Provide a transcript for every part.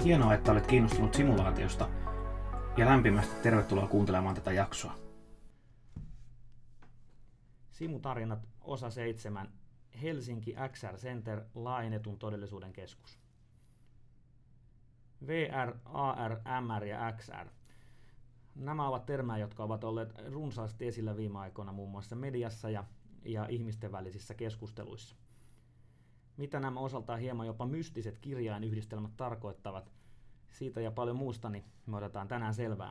Hienoa, että olet kiinnostunut simulaatiosta ja lämpimästi tervetuloa kuuntelemaan tätä jaksoa. Simutarinat osa 7. Helsinki XR Center laajennetun todellisuuden keskus. VR, AR, MR ja XR. Nämä ovat termejä, jotka ovat olleet runsaasti esillä viime aikoina muun muassa mediassa ja ihmisten välisissä keskusteluissa. Mitä nämä osaltaan hieman jopa mystiset kirjainyhdistelmät tarkoittavat, siitä ja paljon muusta, niin me otetaan tänään selvää.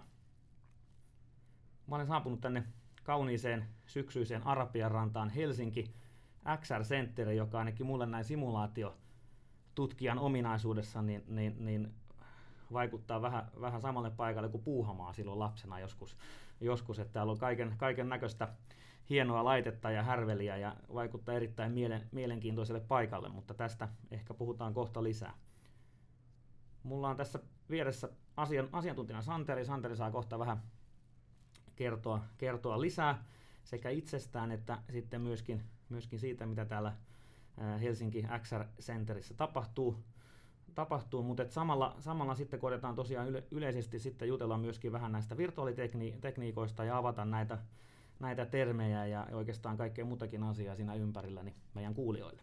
Mä olen saapunut tänne kauniiseen syksyiseen Arabian rantaan Helsinki XR Center, joka ainakin mulle näin simulaatiotutkijan ominaisuudessa niin vaikuttaa vähän samalle paikalle kuin Puuhamaa silloin lapsena joskus, että täällä on kaiken näköistä hienoa laitetta ja härveliä ja vaikuttaa erittäin mielenkiintoiselle paikalle, mutta tästä ehkä puhutaan kohta lisää. Mulla on tässä vieressä asiantuntijana Santeri. Santeri saa kohta vähän kertoa lisää sekä itsestään että sitten myöskin siitä, mitä täällä Helsinki XR Centerissä tapahtuu, mutta samalla sitten koetetaan tosiaan yleisesti sitten jutella myöskin vähän näistä virtuaalitekniikoista ja avata näitä termejä ja oikeastaan kaikkea muutakin asiaa siinä ympärillä niin meidän kuulijoille.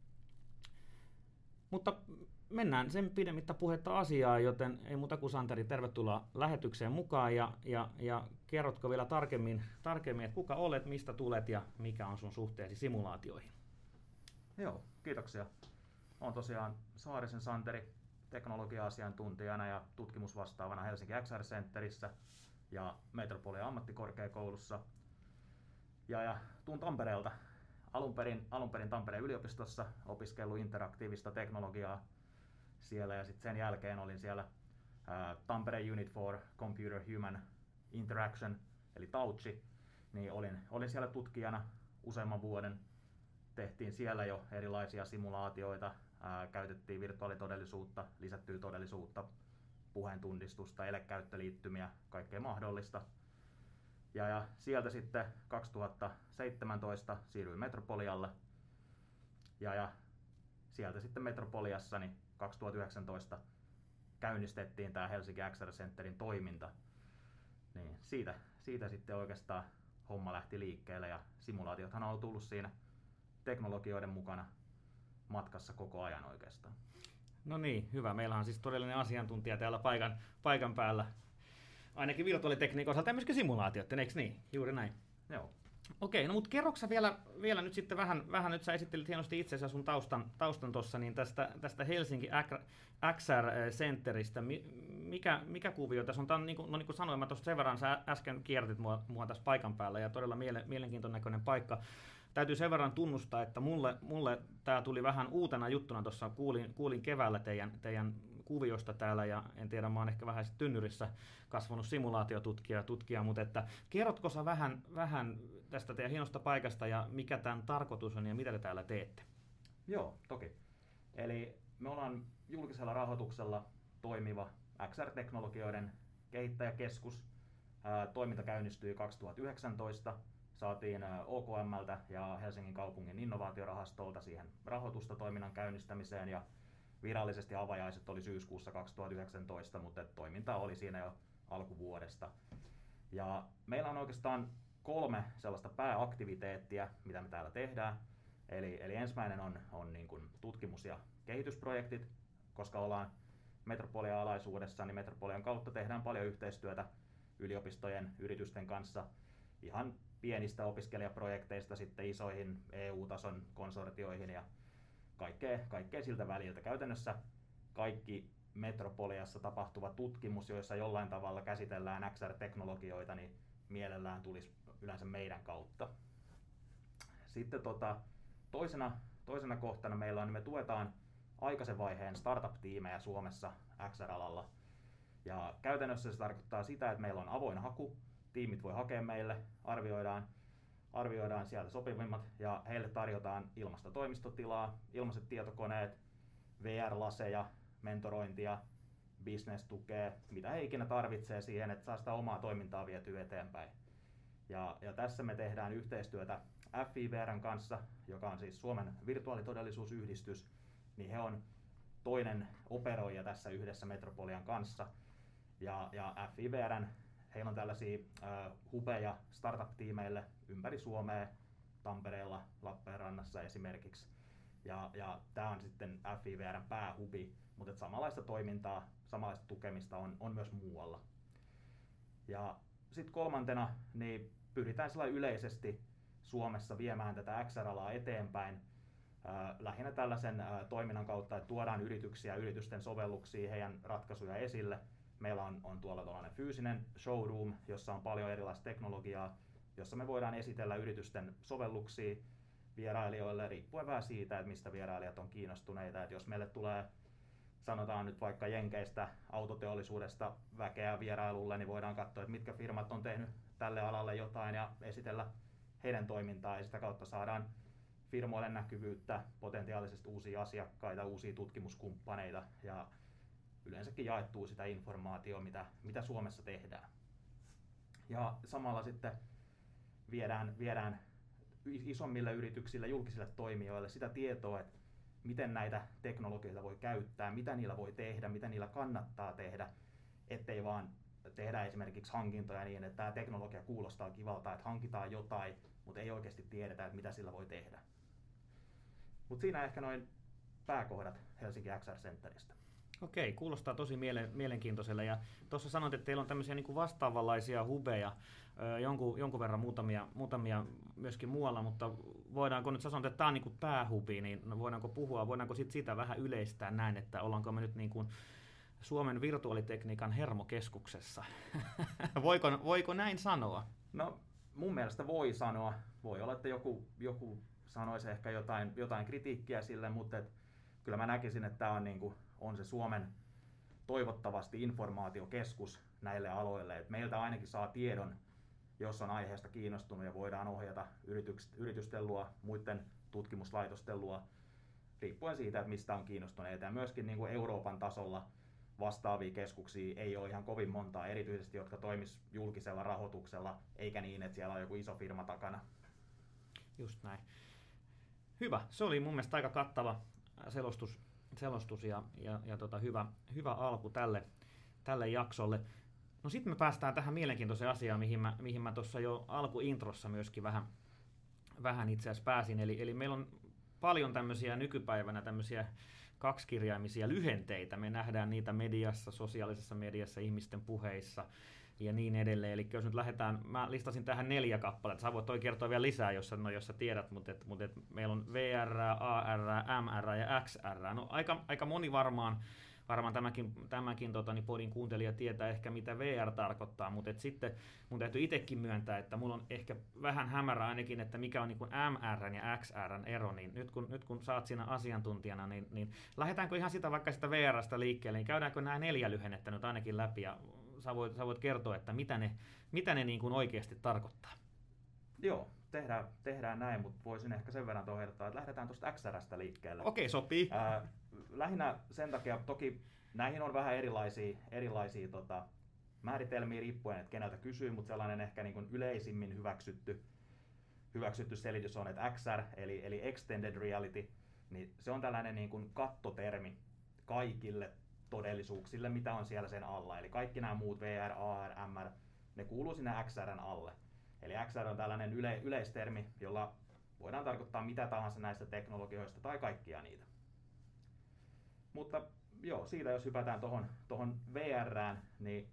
Mutta mennään sen pidemmittä puhetta asiaan, joten ei muuta kuin Santeri, tervetuloa lähetykseen mukaan ja kerrotko vielä tarkemmin, että kuka olet, mistä tulet ja mikä on sun suhteesi simulaatioihin? Joo, kiitoksia. Olen tosiaan Saarisen Santeri teknologia-asiantuntijana ja tutkimusvastaavana Helsinki XR Centerissä ja Metropolia ammattikorkeakoulussa. Ja tuun Tampereelta. Alun perin Tampereen yliopistossa opiskellut interaktiivista teknologiaa siellä ja sitten sen jälkeen olin siellä Tampere Unit for Computer Human Interaction eli TAUCHI, niin olin siellä tutkijana useamman vuoden. Tehtiin siellä jo erilaisia simulaatioita, käytettiin virtuaalitodellisuutta, lisättyä todellisuutta, puheentunnistusta, elekäyttöliittymiä, kaikkea mahdollista. Ja sieltä sitten 2017 siirryin Metropolialle ja sieltä sitten Metropoliassa niin 2019 käynnistettiin tämä Helsinki XR Centerin toiminta. Niin siitä sitten oikeastaan homma lähti liikkeelle ja simulaatiothan on tullut siinä teknologioiden mukana matkassa koko ajan oikeastaan. No niin, hyvä. Meillä on siis todellinen asiantuntija täällä paikan päällä. Ainakin virtuaalitekniikan osalta ja myöskin simulaatioiden, eikö niin? Juuri näin. Joo. Okei, no mutta kerroksä vielä nyt sitten vähän nyt sä esittelit hienosti itsesi ja sun taustan tuossa, niin tästä Helsinki XR Centeristä, mikä kuvio tässä on? Tämä on, niin kuin sanoin, mä tuossa sen verran, sä äsken kiertit mua tässä paikan päällä ja todella mielenkiintoinen näköinen paikka. Täytyy sen verran tunnustaa, että mulle tämä tuli vähän uutena juttuna tuossa, kuulin keväällä teidän kuviosta täällä ja en tiedä, mä oon ehkä vähän tynnyrissä kasvanut simulaatiotutkija, mutta että kerrotko sä vähän tästä teidän hienosta paikasta ja mikä tämän tarkoitus on ja mitä te täällä teette? Joo, toki. Eli me ollaan julkisella rahoituksella toimiva XR-teknologioiden kehittäjäkeskus. Toiminta käynnistyi 2019. Saatiin OKM:ltä ja Helsingin kaupungin innovaatiorahastolta siihen rahoitusta toiminnan käynnistämiseen ja virallisesti avajaiset oli syyskuussa 2019, mutta toiminta oli siinä jo alkuvuodesta. Ja meillä on oikeastaan 3 sellaista pääaktiviteettia, mitä me täällä tehdään. Eli ensimmäinen on niin kuin tutkimus- ja kehitysprojektit, koska ollaan Metropolian alaisuudessa, niin Metropolian kautta tehdään paljon yhteistyötä yliopistojen, yritysten kanssa ihan pienistä opiskelijaprojekteista sitten isoihin EU-tason konsortioihin ja kaikkea siltä väliltä. Käytännössä kaikki Metropoliassa tapahtuva tutkimus, joissa jollain tavalla käsitellään XR-teknologioita, niin mielellään tulisi yleensä meidän kautta. Sitten toisena kohtana meillä on, niin me tuetaan aikaisen vaiheen startup-tiimejä Suomessa XR-alalla. Ja käytännössä se tarkoittaa sitä, että meillä on avoin haku, tiimit voi hakea meille, arvioidaan sieltä sopivimmat ja heille tarjotaan ilmaista toimistotilaa, ilmaiset tietokoneet, VR-laseja, mentorointia, business-tukea, mitä he ikinä tarvitsee siihen, että saa sitä omaa toimintaa vietyä eteenpäin. Ja tässä me tehdään yhteistyötä FIVR:n kanssa, joka on siis Suomen virtuaalitodellisuusyhdistys, niin he on toinen operoija tässä yhdessä Metropolian kanssa. Ja FIVRn, heillä on tällaisia hubeja startup-tiimeille ympäri Suomea, Tampereella, Lappeenrannassa esimerkiksi. Ja tämä on sitten FIVRn päähubi, mutta samanlaista toimintaa, samanlaista tukemista on myös muualla. Ja sitten kolmantena niin pyritään yleisesti Suomessa viemään tätä XR-alaa eteenpäin lähinnä tällaisen toiminnan kautta, että tuodaan yrityksiä, yritysten sovelluksia, heidän ratkaisuja esille. Meillä on tuolla tällainen fyysinen showroom, jossa on paljon erilaista teknologiaa, jossa me voidaan esitellä yritysten sovelluksia vierailijoille riippuen vähän siitä, että mistä vierailijat on kiinnostuneita. Että jos meille tulee, sanotaan nyt vaikka Jenkeistä autoteollisuudesta väkeä vierailulle, niin voidaan katsoa, että mitkä firmat on tehnyt tälle alalle jotain ja esitellä heidän toimintaa, ja sitä kautta saadaan firmoille näkyvyyttä, potentiaalisesti uusia asiakkaita, uusia tutkimuskumppaneita ja yleensäkin jaettuu sitä informaatiota, mitä Suomessa tehdään. Ja samalla sitten viedään isommille yrityksille, julkisille toimijoille sitä tietoa, että miten näitä teknologioita voi käyttää, mitä niillä voi tehdä, mitä niillä kannattaa tehdä, ettei vaan tehdä esimerkiksi hankintoja niin, että tämä teknologia kuulostaa kivalta, että hankitaan jotain, mutta ei oikeasti tiedetä, että mitä sillä voi tehdä. Mutta siinä ehkä noin pääkohdat Helsinki XR Centeristä. Okei, kuulostaa tosi mielenkiintoiselle. Ja tuossa sanoit, että teillä on tämmöisiä niin kuin vastaavanlaisia hubeja, jonkun verran muutamia myöskin muualla, mutta voidaanko nyt, sä sanoit, että tämä on niin kuin päähubi, niin voidaanko sitä vähän yleistää näin, että ollaanko me nyt niin kuin Suomen virtuaalitekniikan hermokeskuksessa? Voiko näin sanoa? No mun mielestä voi sanoa. Voi olla, että joku sanoisi ehkä jotain kritiikkiä sille, mutta kyllä mä näkisin, että tämä on se Suomen toivottavasti informaatiokeskus näille aloille. Et meiltä ainakin saa tiedon, jos on aiheesta kiinnostunut, ja voidaan ohjata yritysten luo, muiden tutkimuslaitosten luo, riippuen siitä, että mistä on kiinnostuneita. Ja myöskin niin kuin Euroopan tasolla vastaavia keskuksia ei ole ihan kovin montaa, erityisesti jotka toimis julkisella rahoituksella, eikä niin, että siellä on joku iso firma takana. Just näin. Hyvä. Se oli mun mielestä aika kattava selostus ja hyvä alku tälle jaksolle. No sitten me päästään tähän mielenkiintoiseen asiaan, mihin mä tuossa jo alkuintrossa myöskin vähän itse asiassa pääsin. Eli meillä on paljon tämmöisiä nykypäivänä tämmöisiä kaksikirjaimisia lyhenteitä. Me nähdään niitä mediassa, sosiaalisessa mediassa, ihmisten puheissa ja niin edelleen. Eli jos nyt lähdetään, mä listasin tähän 4 kappaletta. Sä voit toi kertoa vielä lisää, jos sä tiedät, mutta meillä on VR, AR, MR ja XR. No aika moni varmaan tämäkin podin kuuntelija tietää ehkä mitä VR tarkoittaa, mutta sitten mun täytyy itsekin myöntää, että mulla on ehkä vähän hämärä ainakin, että mikä on niin kuin MR:n ja XR:n ero, niin nyt kun sä oot siinä asiantuntijana, niin lähdetäänkö ihan sitä vaikka VR:stä liikkeelle, niin käydäänkö nämä 4 lyhennettä nyt ainakin läpi, ja sä voit kertoa, että mitä ne niin kuin oikeasti tarkoittaa. Joo, tehdään näin, mutta voisin ehkä sen verran ehdottaa, että lähdetään tuosta XR:stä liikkeelle. Okei, sopii. Lähinnä sen takia, toki näihin on vähän erilaisia määritelmiä riippuen, että keneltä kysyy, mutta sellainen ehkä niin kuin yleisimmin hyväksytty selitys on, että XR, eli Extended Reality, niin se on tällainen niin kuin kattotermi kaikille todellisuuksille, mitä on siellä sen alla. Eli kaikki nämä muut VR, AR, MR, ne kuuluu sinne XR:n alle. Eli XR on tällainen yleistermi, jolla voidaan tarkoittaa mitä tahansa näistä teknologioista tai kaikkia niitä. Mutta joo, siitä jos hypätään tuohon VR:ään, niin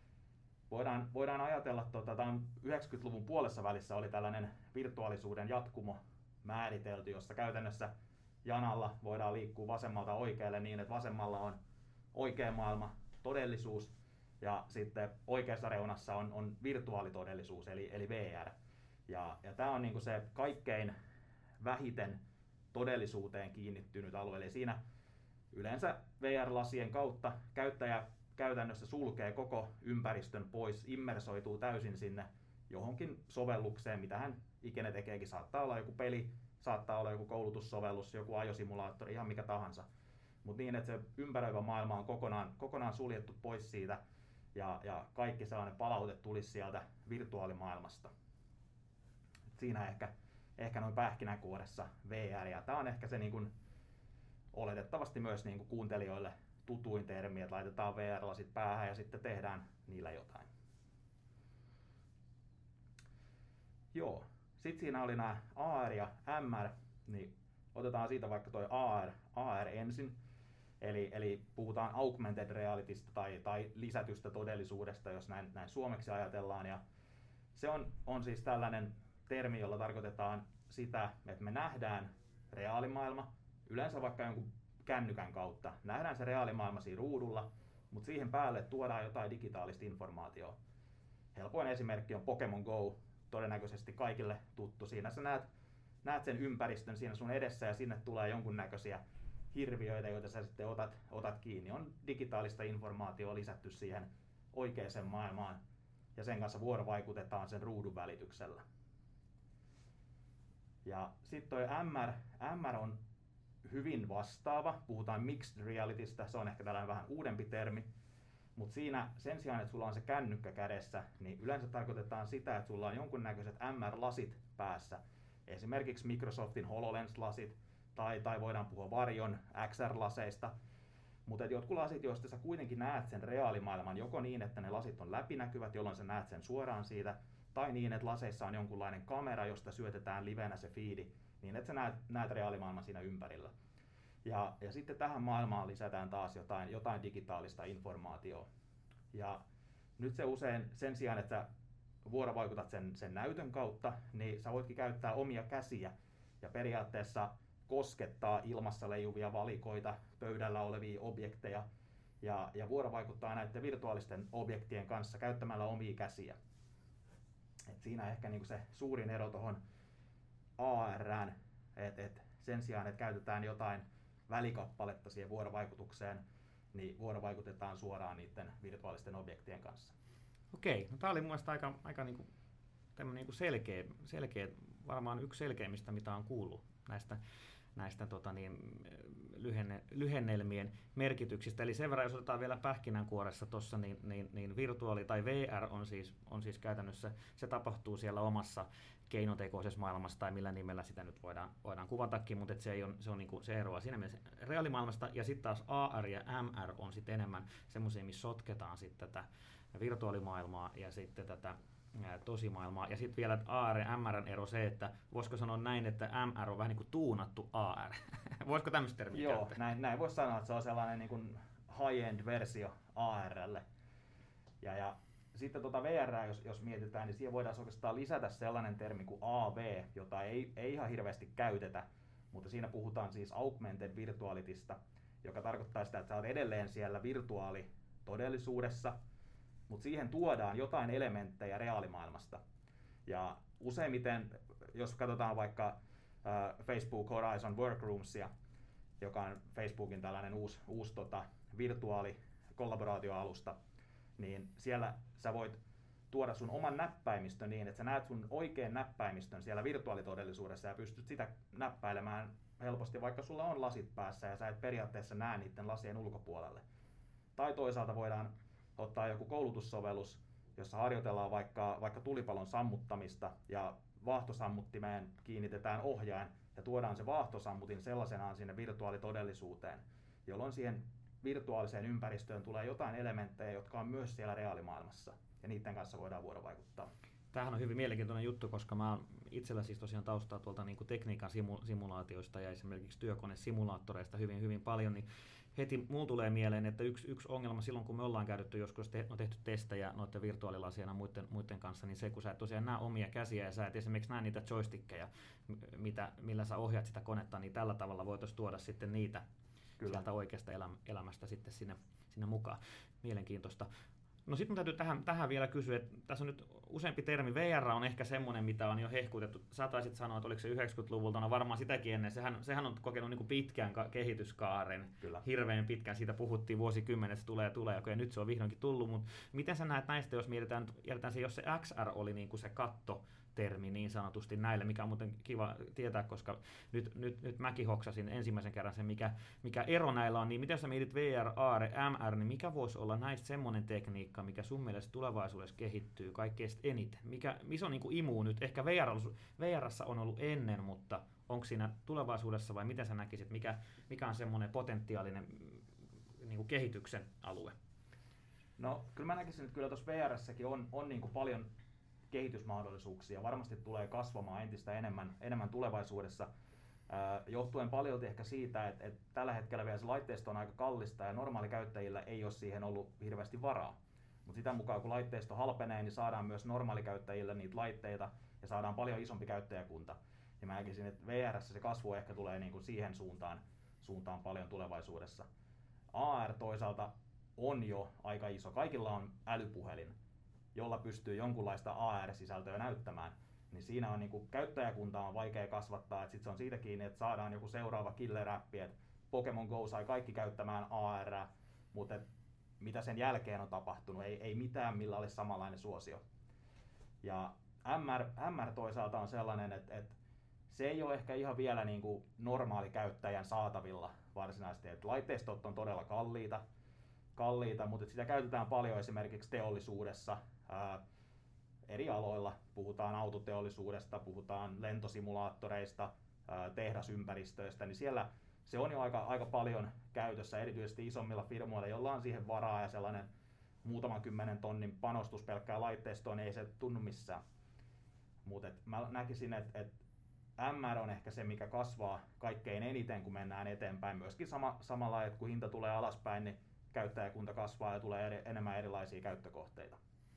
voidaan ajatella, että 90-luvun puolessa välissä oli tällainen virtuaalisuuden jatkumo määritelty, jossa käytännössä janalla voidaan liikkua vasemmalta oikealle niin, että vasemmalla on oikea maailma, todellisuus, ja sitten oikeassa reunassa on virtuaalitodellisuus, eli VR. Ja tämä on niinku se kaikkein vähiten todellisuuteen kiinnittynyt alue, eli siinä yleensä VR-lasien kautta käyttäjä käytännössä sulkee koko ympäristön pois, immersoituu täysin sinne johonkin sovellukseen, mitä hän ikinä tekeekin. Saattaa olla joku peli, saattaa olla joku koulutussovellus, joku ajosimulaattori, ihan mikä tahansa. Mutta niin, että se ympäröivä maailma on kokonaan suljettu pois siitä ja kaikki sellainen palaute tulisi sieltä virtuaalimaailmasta. Siinä ehkä noin pähkinänkuoressa VR, ja tämä on ehkä se niin kuin oletettavasti myös niin kuin kuuntelijoille tutuin termi, että laitetaan VR-lasit päähän ja sitten tehdään niillä jotain. Joo, sitten siinä oli nämä AR ja MR, niin otetaan siitä vaikka toi AR ensin. Eli puhutaan augmented realitystä tai lisätystä todellisuudesta, jos näin suomeksi ajatellaan. Ja se on siis tällainen termi, jolla tarkoitetaan sitä, että me nähdään reaalimaailma, yleensä vaikka jonkun kännykän kautta. Nähdään se reaalimaailma siinä ruudulla, mutta siihen päälle tuodaan jotain digitaalista informaatiota. Helpoin esimerkki on Pokemon Go, todennäköisesti kaikille tuttu. Siinä sä näet sen ympäristön siinä sun edessä ja sinne tulee jonkunnäköisiä hirviöitä, joita sä sitten otat kiinni. On digitaalista informaatiota lisätty siihen oikeaan maailmaan ja sen kanssa vuorovaikutetaan sen ruudun välityksellä. Ja sitten toi MR on hyvin vastaava. Puhutaan mixed realitystä, se on ehkä tällainen vähän uudempi termi. Mutta siinä sen sijaan, että sulla on se kännykkä kädessä, niin yleensä tarkoitetaan sitä, että sulla on jonkunnäköiset MR-lasit päässä. Esimerkiksi Microsoftin HoloLens-lasit, tai voidaan puhua Varjon XR-laseista. Mutta jotkut lasit, joista sä kuitenkin näet sen reaalimaailman, joko niin, että ne lasit on läpinäkyvät, jolloin sä näet sen suoraan siitä, tai niin, että laseissa on jonkunlainen kamera, josta syötetään livenä se fiidi, niin että sä näet reaalimaailman siinä ympärillä. Ja sitten tähän maailmaan lisätään taas jotain digitaalista informaatiota. Ja nyt se usein sen sijaan, että vuorovaikutat sen näytön kautta, niin sä voitkin käyttää omia käsiä ja periaatteessa koskettaa ilmassa leijuvia valikoita, pöydällä olevia objekteja ja vuorovaikuttaa näiden virtuaalisten objektien kanssa käyttämällä omia käsiä. Et siinä ehkä niinku se suurin ero tuohon AR:ään, että sen sijaan, että käytetään jotain välikappaletta siihen vuorovaikutukseen, niin vuorovaikutetaan suoraan niiden virtuaalisten objektien kanssa. Okei, no tämä oli mun mielestä aika niinku, niinku selkeä, varmaan yksi selkeimmistä, mitä on kuullut näistä lyhennelmien merkityksistä. Eli sen verran, jos otetaan vielä pähkinänkuoressa tuossa, niin virtuaali tai VR on siis käytännössä, se tapahtuu siellä omassa keinotekoisessa maailmassa, tai millä nimellä sitä nyt voidaan kuvatakin, mutta se on niinku, se eroaa siinä mielessä reaalimaailmasta, ja sitten taas AR ja MR on sitten enemmän semmoisia, missä sotketaan sitten tätä virtuaalimaailmaa ja sitten tätä tosimaailmaa. Ja sitten vielä AR ja MR:n ero se, että voisiko sanoa näin, että MR on vähän niin kuin tuunattu AR. Voisiko tämmöistä termiä käyttää? Joo, näin voisi sanoa, että se on sellainen niin kuin high-end versio AR:lle. Ja sitten VR, jos mietitään, niin siihen voidaan oikeastaan lisätä sellainen termi kuin AV, jota ei ihan hirveästi käytetä, mutta siinä puhutaan siis augmented virtualitysta, joka tarkoittaa sitä, että sä oot edelleen siellä virtuaalitodellisuudessa, mutta siihen tuodaan jotain elementtejä reaalimaailmasta. Ja useimmiten, jos katsotaan vaikka Facebook Horizon Workroomsia, joka on Facebookin tällainen uusi virtuaalikollaboraatioalusta, niin siellä sä voit tuoda sun oman näppäimistön niin, että sä näet sun oikean näppäimistön siellä virtuaalitodellisuudessa ja pystyt sitä näppäilemään helposti, vaikka sulla on lasit päässä ja sä et periaatteessa näe niiden lasien ulkopuolelle. Tai toisaalta voidaan ottaa joku koulutussovellus, jossa harjoitellaan vaikka tulipalon sammuttamista ja vaahtosammuttimeen kiinnitetään ohjain ja tuodaan se vaahtosammutin sellaisenaan sinne virtuaalitodellisuuteen, jolloin siihen virtuaaliseen ympäristöön tulee jotain elementtejä, jotka on myös siellä reaalimaailmassa ja niiden kanssa voidaan vuorovaikuttaa. Tämähän on hyvin mielenkiintoinen juttu, koska mä oon itsellä siis tosiaan taustaa tuolta niin kuin tekniikan simulaatioista ja esimerkiksi työkonesimulaattoreista hyvin paljon, niin heti mulla tulee mieleen, että yksi ongelma silloin, kun me ollaan käytetty joskus tehty testejä noiden virtuaalilasien muiden kanssa, niin se, kun sä et tosiaan näe omia käsiä ja sä et esimerkiksi näe niitä joystickkejä, millä sä ohjaat sitä konetta, niin tällä tavalla voitaisiin tuoda sitten niitä sieltä oikeasta elämästä sitten sinne mukaan. Mielenkiintoista. No sitten täytyy tähän vielä kysyä, että tässä on nyt useampi termi. VR on ehkä semmoinen, mitä on jo hehkutettu. Sä taisit sanoa, että oliko se 90-luvulta, no varmaan sitäkin ennen. Sehän on kokenut niin kuin pitkän kehityskaaren. Kyllä. Hirveän pitkän, siitä puhuttiin vuosikymmenet, tulee, ja nyt se on vihdoinkin tullut. Mutta miten sä näet näistä, jos mietitään se, jos se XR oli niin kuin se katto termi niin sanotusti näille, mikä on muuten kiva tietää, koska nyt mäkin hoksasin ensimmäisen kerran sen, mikä ero näillä on, niin miten sä mietit VR, AR, MR, niin mikä voisi olla näistä semmoinen tekniikka, mikä sun mielestä tulevaisuudessa kehittyy kaikkein eniten? Missä on niin kuin imu nyt? Ehkä VR:ssä on ollut ennen, mutta onko siinä tulevaisuudessa vai miten sä näkisit, mikä on semmoinen potentiaalinen niin kuin kehityksen alue? No kyllä mä näkisin, että kyllä tuossa VR:ssäkin on niin kuin paljon kehitysmahdollisuuksia. Varmasti tulee kasvamaan entistä enemmän tulevaisuudessa, johtuen paljon ehkä siitä, että tällä hetkellä vielä se laitteisto on aika kallista ja normaalikäyttäjillä ei ole siihen ollut hirveästi varaa. Mutta sitä mukaan kun laitteisto halpenee, niin saadaan myös normaalikäyttäjille niitä laitteita ja saadaan paljon isompi käyttäjäkunta. Ja mä näkisin, että VR:ssä se kasvu ehkä tulee niin kuin siihen suuntaan paljon tulevaisuudessa. AR toisaalta on jo aika iso. Kaikilla on älypuhelin, jolla pystyy jonkunlaista AR-sisältöä näyttämään. Niin siinä on niin kuin käyttäjäkuntaa on vaikea kasvattaa. Sitten se on siitä kiinni, että saadaan joku seuraava killer-appi, että Pokemon Go sai kaikki käyttämään AR, mutta mitä sen jälkeen on tapahtunut, ei mitään, millä olisi samanlainen suosio. Ja MR toisaalta on sellainen, että se ei ole ehkä ihan vielä niin kuin normaali käyttäjän saatavilla varsinaisesti. Että laitteistot on todella kalliita, mutta sitä käytetään paljon esimerkiksi teollisuudessa, eri aloilla. Puhutaan autoteollisuudesta, puhutaan lentosimulaattoreista, tehdasympäristöistä, niin siellä se on jo aika paljon käytössä, erityisesti isommilla firmoilla, joilla on siihen varaa ja sellainen muutaman 10 tonnin panostus pelkkää laitteistoon, niin ei se tunnu missään. Mutta mä näkisin, että MR on ehkä se, mikä kasvaa kaikkein eniten, kun mennään eteenpäin. Myöskin samalla, että kun hinta tulee alaspäin, niin käyttäjäkunta kasvaa ja tulee enemmän erilaisia käyttökohteita.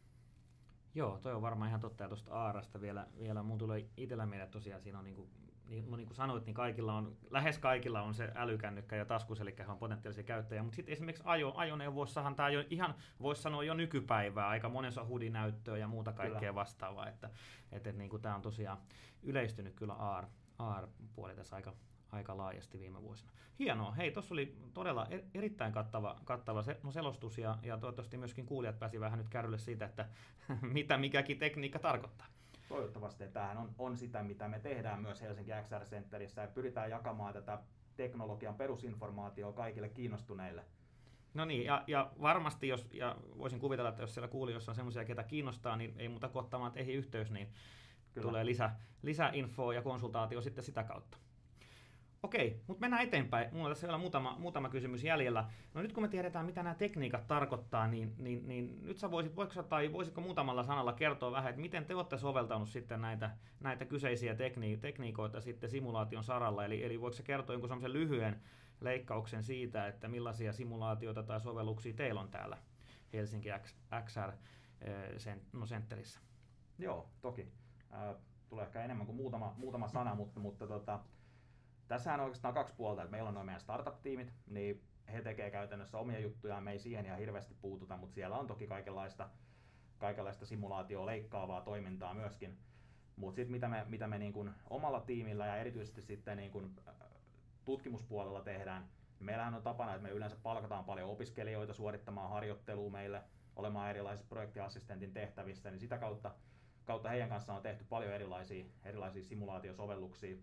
Joo, toi on varmaan ihan totta. Ja tuosta AR:sta vielä mun tulee itsellä mieleen, tosiaan siinä on niin kuin sanoit, niin lähes kaikilla on se älykännykkä ja taskuselikkä on potentiaalisia käyttäjiä, mutta sitten esimerkiksi ajoneuvossahan tämä on voisi sanoa jo nykypäivää, aika monessa HUD-näyttöä ja muuta kaikkea kyllä vastaavaa, että niin kuin tämä on tosiaan yleistynyt kyllä AR-puoli tässä aika laajasti viime vuosina. Hienoa. Hei, tuossa oli todella erittäin kattava selostus ja toivottavasti myöskin kuulijat pääsi vähän nyt kärrylle siitä, että mitä mikäkin tekniikka tarkoittaa. Toivottavasti tämähän on sitä, mitä me tehdään myös Helsinki XR Centerissä ja pyritään jakamaan tätä teknologian perusinformaatiota kaikille kiinnostuneille. No niin, ja varmasti, voisin kuvitella, että jos siellä kuulijoissa on semmoisia, ketä kiinnostaa, niin ei muuta kuin ottamaan teihin yhteys, niin kyllä tulee lisäinfoa ja konsultaatio sitten sitä kautta. Okei, mutta mennään eteenpäin. Mulla on tässä vielä muutama kysymys jäljellä. No nyt kun me tiedetään, mitä nämä tekniikat tarkoittaa, niin nyt sä voisitko muutamalla sanalla kertoa vähän, että miten te olette soveltanut sitten näitä kyseisiä tekniikoita sitten simulaation saralla, eli voiko sä kertoa jonkun semmoisen lyhyen leikkauksen siitä, että millaisia simulaatioita tai sovelluksia teillä on täällä Helsinki XR Centerissä? Joo, toki. Tulee ehkä enemmän kuin muutama sana, mutta tässähän on oikeastaan 2 puolta, että meillä on noin meidän startup-tiimit, niin he tekee käytännössä omia juttujaan, me ei siihen ihan hirveästi puututa, mutta siellä on toki kaikenlaista simulaatioa leikkaavaa toimintaa myöskin. Mutta sitten mitä me niin kun omalla tiimillä ja erityisesti sitten niin kun tutkimuspuolella tehdään, niin meillähän on tapana, että me yleensä palkataan paljon opiskelijoita suorittamaan harjoittelua meille, olemaan erilaisissa projektiassistentin tehtävissä, niin sitä kautta heidän kanssaan on tehty paljon erilaisia simulaatiosovelluksia.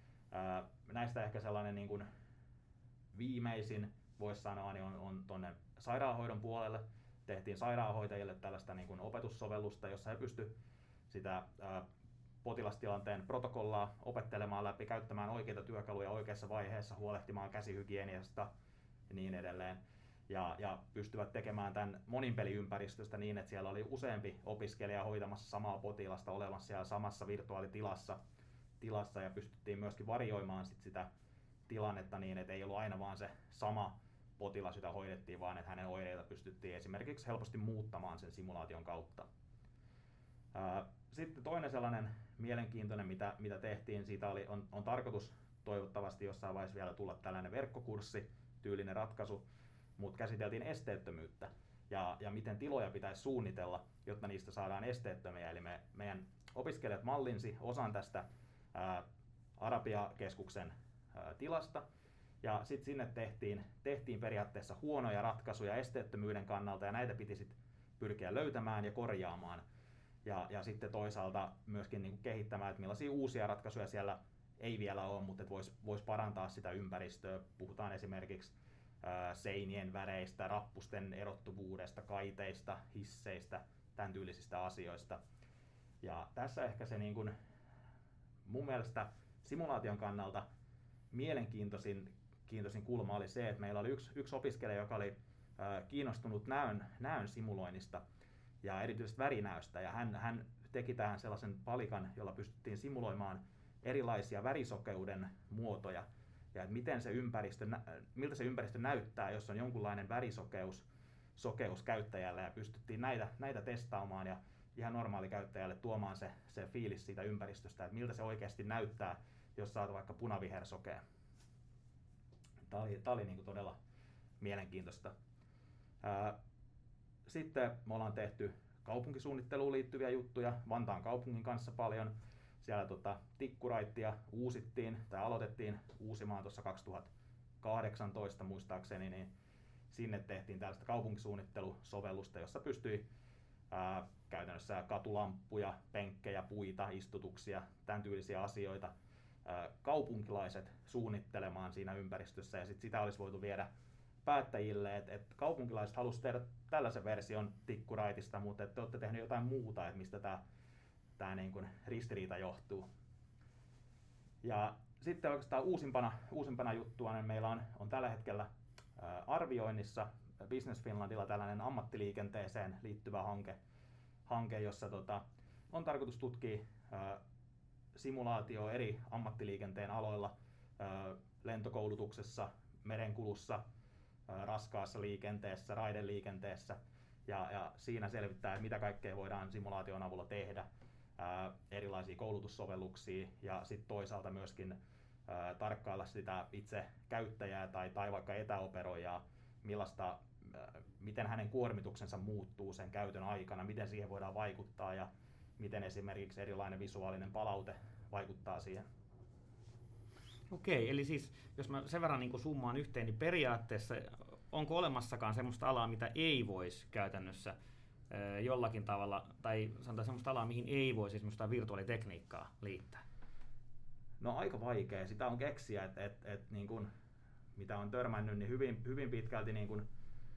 Näistä ehkä sellainen niin kuin viimeisin, voisi sanoa, niin on tuonne sairaanhoidon puolelle. Tehtiin sairaanhoitajille tällaista niin kuin opetussovellusta, jossa he pystyivät sitä potilastilanteen protokollaa opettelemaan läpi, käyttämään oikeita työkaluja oikeassa vaiheessa, huolehtimaan käsihygieniasta ja niin edelleen. Ja pystyvät tekemään tämän moninpeliympäristöstä niin, että siellä oli useampi opiskelija hoitamassa samaa potilasta, olemassa siellä samassa virtuaalitilassa ja pystyttiin myöskin varioimaan sitä tilannetta niin, että ei ollut aina vaan se sama potilas, jota hoidettiin, vaan että hänen oireita pystyttiin esimerkiksi helposti muuttamaan sen simulaation kautta. Sitten toinen sellainen mielenkiintoinen, mitä tehtiin, siitä on tarkoitus toivottavasti jossain vaiheessa vielä tulla tällainen verkkokurssi, tyylinen ratkaisu, mutta käsiteltiin esteettömyyttä ja miten tiloja pitäisi suunnitella, jotta niistä saadaan esteettömiä. Eli meidän opiskelijat mallinsi osan tästä Arabia-keskuksen tilasta, ja sitten sinne tehtiin periaatteessa huonoja ratkaisuja esteettömyyden kannalta, ja näitä piti sitten pyrkiä löytämään ja korjaamaan. ja sitten toisaalta myöskin niin kuin kehittämään, että millaisia uusia ratkaisuja siellä ei vielä ole, mutta voisi parantaa sitä ympäristöä. Puhutaan esimerkiksi seinien väreistä, rappusten erottuvuudesta, kaiteista, hisseistä, tämän tyylisistä asioista. Ja tässä ehkä se niin kuin, mun mielestä simulaation kannalta mielenkiintoisin kulma oli se, että meillä oli yksi opiskelija, joka oli kiinnostunut näön simuloinnista ja erityisesti värinäöstä, ja hän teki tähän sellaisen palikan, jolla pystyttiin simuloimaan erilaisia värisokeuden muotoja, ja että miltä se ympäristö näyttää, jos on jonkunlainen värisokeus käyttäjällä, ja pystyttiin näitä testaamaan ja ihan normaali käyttäjälle tuomaan se fiilis siitä ympäristöstä, että miltä se oikeasti näyttää, jos saat vaikka punavihersokea. Tämä oli niin kuin todella mielenkiintoista. Sitten me ollaan tehty kaupunkisuunnitteluun liittyviä juttuja Vantaan kaupungin kanssa paljon. Siellä tikkuraittia aloitettiin uusimaan tuossa 2018 muistaakseni, niin sinne tehtiin tällaista kaupunkisuunnittelusovellusta, jossa pystyi käytännössä katulamppuja, penkkejä, puita, istutuksia, tämän tyylisiä asioita kaupunkilaiset suunnittelemaan siinä ympäristössä, ja sitä olisi voitu viedä päättäjille, että kaupunkilaiset halusivat tehdä tällaisen version tikkuraitista, mutta te olette tehneet jotain muuta, että mistä tämä niin kuin ristiriita johtuu. Ja sitten oikeastaan uusimpana juttuna niin meillä on tällä hetkellä arvioinnissa Business Finlandilla tällainen ammattiliikenteeseen liittyvä hanke, jossa on tarkoitus tutkia simulaatio eri ammattiliikenteen aloilla, lentokoulutuksessa, merenkulussa, raskaassa liikenteessä, raideliikenteessä, ja siinä selvittää, mitä kaikkea voidaan simulaation avulla tehdä, erilaisia koulutussovelluksia, ja sitten toisaalta myöskin tarkkailla sitä itse käyttäjää tai vaikka etäoperoijaa, miten hänen kuormituksensa muuttuu sen käytön aikana, miten siihen voidaan vaikuttaa ja miten esimerkiksi erilainen visuaalinen palaute vaikuttaa siihen. Okei, eli siis jos mä sen verran niin summaan yhteen, niin periaatteessa onko olemassakaan semmoista alaa, mitä ei voisi käytännössä jollakin tavalla, tai sanotaan semmoista alaa, mihin ei voisi semmoista virtuaalitekniikkaa liittää? No aika vaikea. Sitä on keksiä, että niin kun, mitä on törmännyt, niin hyvin pitkälti niin kun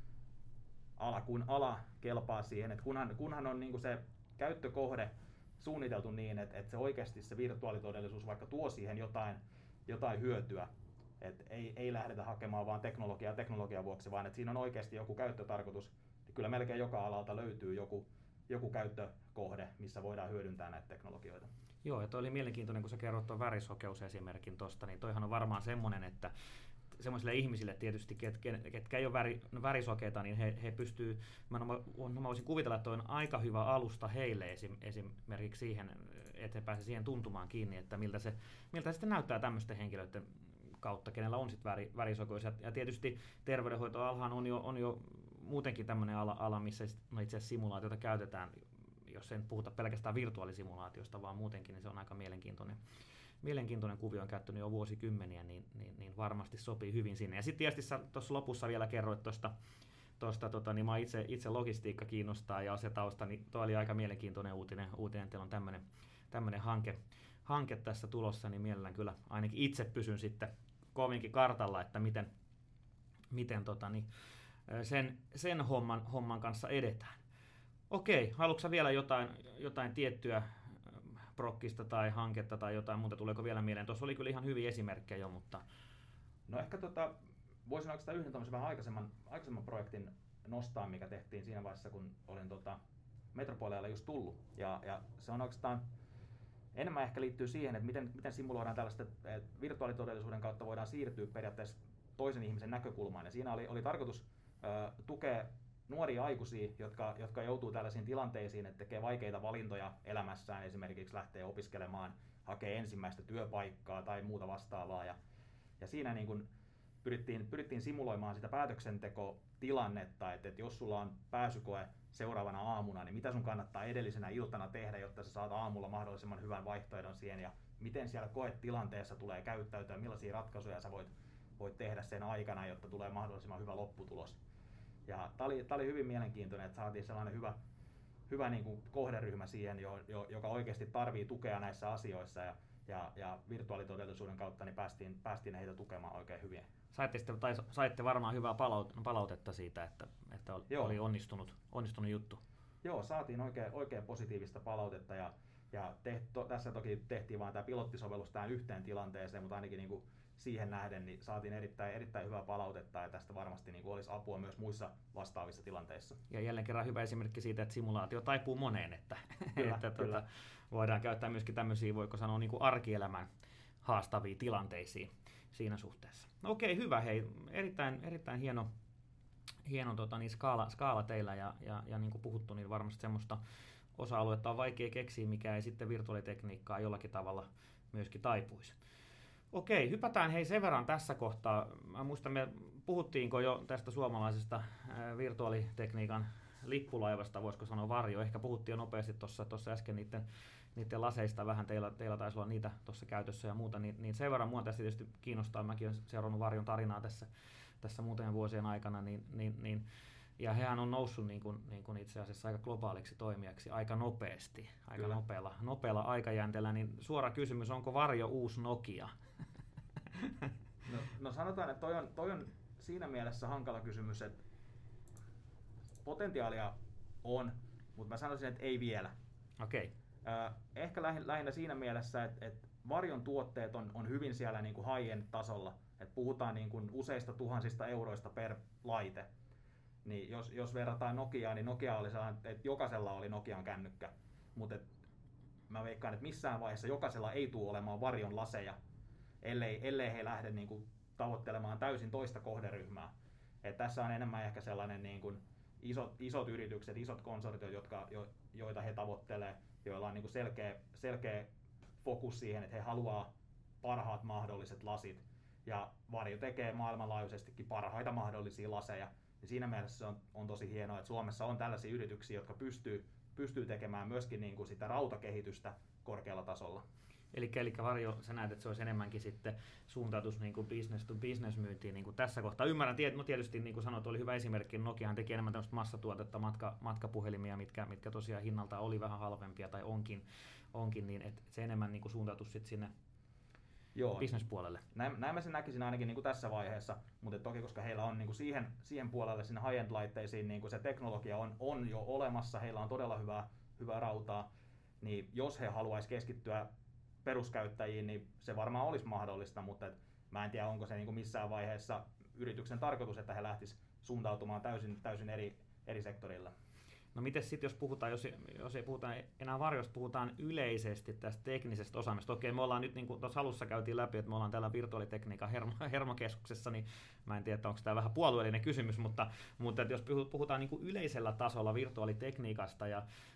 ala kelpaa siihen, että kunhan on niin kun se käyttökohde suunniteltu niin, että se oikeasti se virtuaalitodellisuus vaikka tuo siihen jotain hyötyä, että ei lähdetä hakemaan vaan teknologian vuoksi, vaan että siinä on oikeasti joku käyttötarkoitus, niin kyllä melkein joka alalta löytyy joku käyttökohde, missä voidaan hyödyntää näitä teknologioita. Joo, ja toi oli mielenkiintoinen, kun sä kerrot tuon värisokeusesimerkin tuosta, niin toihan on varmaan semmoinen, että semmoisille ihmisille tietysti, ketkä ei ole värisokeita, niin he pystyy, mä voisin kuvitella, että on aika hyvä alusta heille esimerkiksi siihen, että he pääsevät siihen tuntumaan kiinni, että miltä se sitten näyttää tämmöisten henkilöiden kautta, kenellä on sitten värisokeus. Ja tietysti terveydenhoitoalahan on jo muutenkin tämmöinen ala, missä itse asiassa simulaatiota käytetään, jos ei puhuta pelkästään virtuaalisimulaatiosta, vaan muutenkin, niin se on aika mielenkiintoinen kuvio, on käyttänyt jo vuosikymmeniä, niin varmasti sopii hyvin sinne. Ja sitten tietysti tuossa lopussa vielä kerroit tuosta niin mä itse logistiikka kiinnostaa ja se tausta, niin tuo oli aika mielenkiintoinen uutinen, että on tämmöinen hanke tässä tulossa, niin mielellään kyllä ainakin itse pysyn sitten kovinkin kartalla, että miten sen homman kanssa edetään. Okei, haluatko vielä jotain tiettyä prokkista tai hanketta tai jotain muuta, tuleeko vielä mieleen? Tuossa oli kyllä ihan hyviä esimerkkejä jo, mutta... No ehkä voisin oikeastaan yhden tämmöisen vähän aikaisemman projektin nostaa, mikä tehtiin siinä vaiheessa, kun olin Metropolialla just tullut. Ja se on oikeastaan enemmän ehkä liittyy siihen, että miten simuloidaan tällaista, että virtuaalitodellisuuden kautta voidaan siirtyä periaatteessa toisen ihmisen näkökulmaan. Ja siinä oli tarkoitus tukea nuoria aikuisia, jotka joutuu tällaisiin tilanteisiin, että tekee vaikeita valintoja elämässään, esimerkiksi lähtee opiskelemaan, hakee ensimmäistä työpaikkaa tai muuta vastaavaa. Ja siinä niin kun pyrittiin simuloimaan sitä päätöksentekotilannetta, että jos sulla on pääsykoe seuraavana aamuna, niin mitä sun kannattaa edellisenä iltana tehdä, jotta sä saat aamulla mahdollisimman hyvän vaihtoehdon siihen, ja miten siellä koetilanteessa tulee käyttäytyä, millaisia ratkaisuja sä voit tehdä sen aikana, jotta tulee mahdollisimman hyvä lopputulos. Ja tää oli hyvin mielenkiintoinen, että saatiin sellainen hyvä niin kuin kohderyhmä siihen, joka oikeasti tarvii tukea näissä asioissa ja virtuaalitodellisuuden kautta niin päästiin heitä tukemaan oikein hyvin. Saitte varmaan hyvää palautetta siitä, että oli onnistunut juttu. Joo, saatiin oikein positiivista palautetta ja tässä toki tehtiin vain tämä pilottisovellus tähän yhteen tilanteeseen, mutta ainakin niin kuin siihen nähden niin saatiin erittäin hyvää palautetta ja tästä varmasti niin kuin olisi apua myös muissa vastaavissa tilanteissa. Ja jälleen kerran hyvä esimerkki siitä, että simulaatio taipuu moneen, että, Kyllä. Voidaan käyttää myöskin tämmöisiä, voiko sanoa, niin kuin arkielämän haastavia tilanteisiin siinä suhteessa. No okei, hyvä, hei, erittäin hieno niin skaala teillä ja niin kuin puhuttu, niin varmasti semmoista osa-aluetta on vaikea keksiä, mikä ei sitten virtuaalitekniikkaa jollakin tavalla myöskin taipuisi. Okei, hypätään hei sen verran tässä kohtaa. Mä muistan, me puhuttiinko jo tästä suomalaisesta virtuaalitekniikan lippulaivasta, voisiko sanoa Varjo. Ehkä puhuttiin jo nopeasti tuossa äsken niiden laseista vähän, teillä taisi olla niitä tuossa käytössä ja muuta, niin sen verran mua tässä tietysti kiinnostaa. Mäkin olen seurannut Varjon tarinaa tässä muutamien vuosien aikana, ja hehän on noussut niin kuin itse asiassa aika globaaliksi toimijaksi aika nopeasti, aika nopealla aikajänteellä. Niin suora kysymys, onko Varjo uusi Nokia? No sanotaan, että toi on siinä mielessä hankala kysymys, että potentiaalia on, mutta mä sanoisin, että ei vielä. Okei. Ehkä lähinnä siinä mielessä, että Varjon tuotteet on hyvin siellä niin kuin high-end tasolla, että puhutaan niin kuin useista tuhansista euroista per laite. Niin jos verrataan Nokiaan, niin Nokia oli sellainen, että jokaisella oli Nokian kännykkä, mutta mä veikkaan, että missään vaiheessa jokaisella ei tule olemaan Varjon laseja, ellei he lähde niin kuin tavoittelemaan täysin toista kohderyhmää. Et tässä on enemmän ehkä sellainen niin kuin isot yritykset, isot konsortiot, joita he tavoittelee, joilla on niin kuin selkeä fokus siihen, että he haluaa parhaat mahdolliset lasit. Ja Varjo tekee maailmanlaajuisestikin parhaita mahdollisia laseja. Ja siinä mielessä se on tosi hienoa, että Suomessa on tällaisia yrityksiä, jotka pystyy tekemään myöskin niin kuin sitä rautakehitystä korkealla tasolla. Eli Varjo, sä näet, että se olisi enemmänkin sitten suuntautus niin kuin business to business myyntiin niin kuin tässä kohtaa. Ymmärrän, tietysti niin kuin sanoit, oli hyvä esimerkki, Nokiahan teki enemmän tämmöistä massatuotetta, matkapuhelimia, mitkä tosiaan hinnalta oli vähän halvempia tai onkin niin että se enemmän niin kuin suuntautus sitten sinne business-puolelle. Näin mä sen näkisin ainakin niin kuin tässä vaiheessa, mutta toki koska heillä on niin kuin siihen puolelle, sinne high-end-laitteisiin, niin kuin se teknologia on jo olemassa, heillä on todella hyvää rautaa, niin jos he haluaisi keskittyä peruskäyttäjiin, niin se varmaan olisi mahdollista, mutta mä en tiedä, onko se niin kuin missään vaiheessa yrityksen tarkoitus, että he lähtisivät suuntautumaan täysin eri sektorilla. No miten sitten, jos ei puhuta enää Varjosta, puhutaan yleisesti tästä teknisestä osaamista. Okei, me ollaan nyt, niin kuin tuossa alussa käytiin läpi, että me ollaan täällä virtuaalitekniikan hermokeskuksessa, niin mä en tiedä, onko tämä vähän puolueellinen kysymys, mutta jos puhutaan niin kuin yleisellä tasolla virtuaalitekniikasta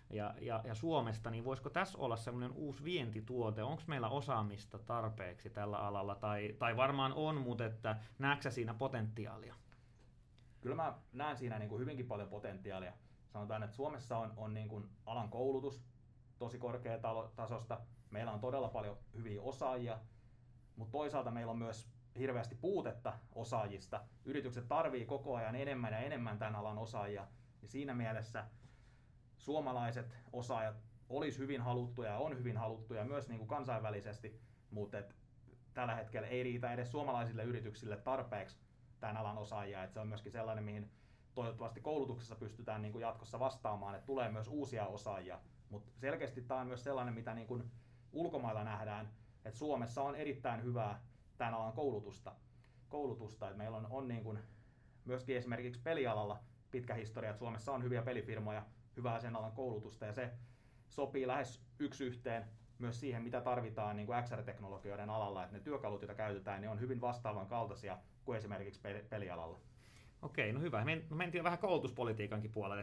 ja Suomesta, niin voisiko tässä olla semmoinen uusi vientituote? Onko meillä osaamista tarpeeksi tällä alalla, tai varmaan on, mutta että näetkö sä siinä potentiaalia? Kyllä mä näen siinä niin kuin hyvinkin paljon potentiaalia. Sanotaan, että Suomessa on niin kuin alan koulutus tosi korkeatasosta. Meillä on todella paljon hyviä osaajia, mutta toisaalta meillä on myös hirveästi puutetta osaajista. Yritykset tarvii koko ajan enemmän ja enemmän tämän alan osaajia. Ja siinä mielessä suomalaiset osaajat olisi hyvin haluttuja ja on hyvin haluttuja myös niin kuin kansainvälisesti, mutta tällä hetkellä ei riitä edes suomalaisille yrityksille tarpeeksi tämän alan osaajia. Että se on myöskin sellainen, mihin toivottavasti koulutuksessa pystytään niin kuin jatkossa vastaamaan, että tulee myös uusia osaajia. Mutta selkeästi tämä on myös sellainen, mitä niin kuin ulkomailla nähdään, että Suomessa on erittäin hyvää tämän alan koulutusta. Että meillä on niin kuin myöskin esimerkiksi pelialalla pitkä historia, että Suomessa on hyviä pelifirmoja, hyvää sen alan koulutusta, ja se sopii lähes yksi yhteen myös siihen, mitä tarvitaan niin kuin XR-teknologioiden alalla, että ne työkalut, joita käytetään, niin on hyvin vastaavan kaltaisia kuin esimerkiksi pelialalla. Okei, no hyvä. Mentiin vähän koulutuspolitiikankin puolelle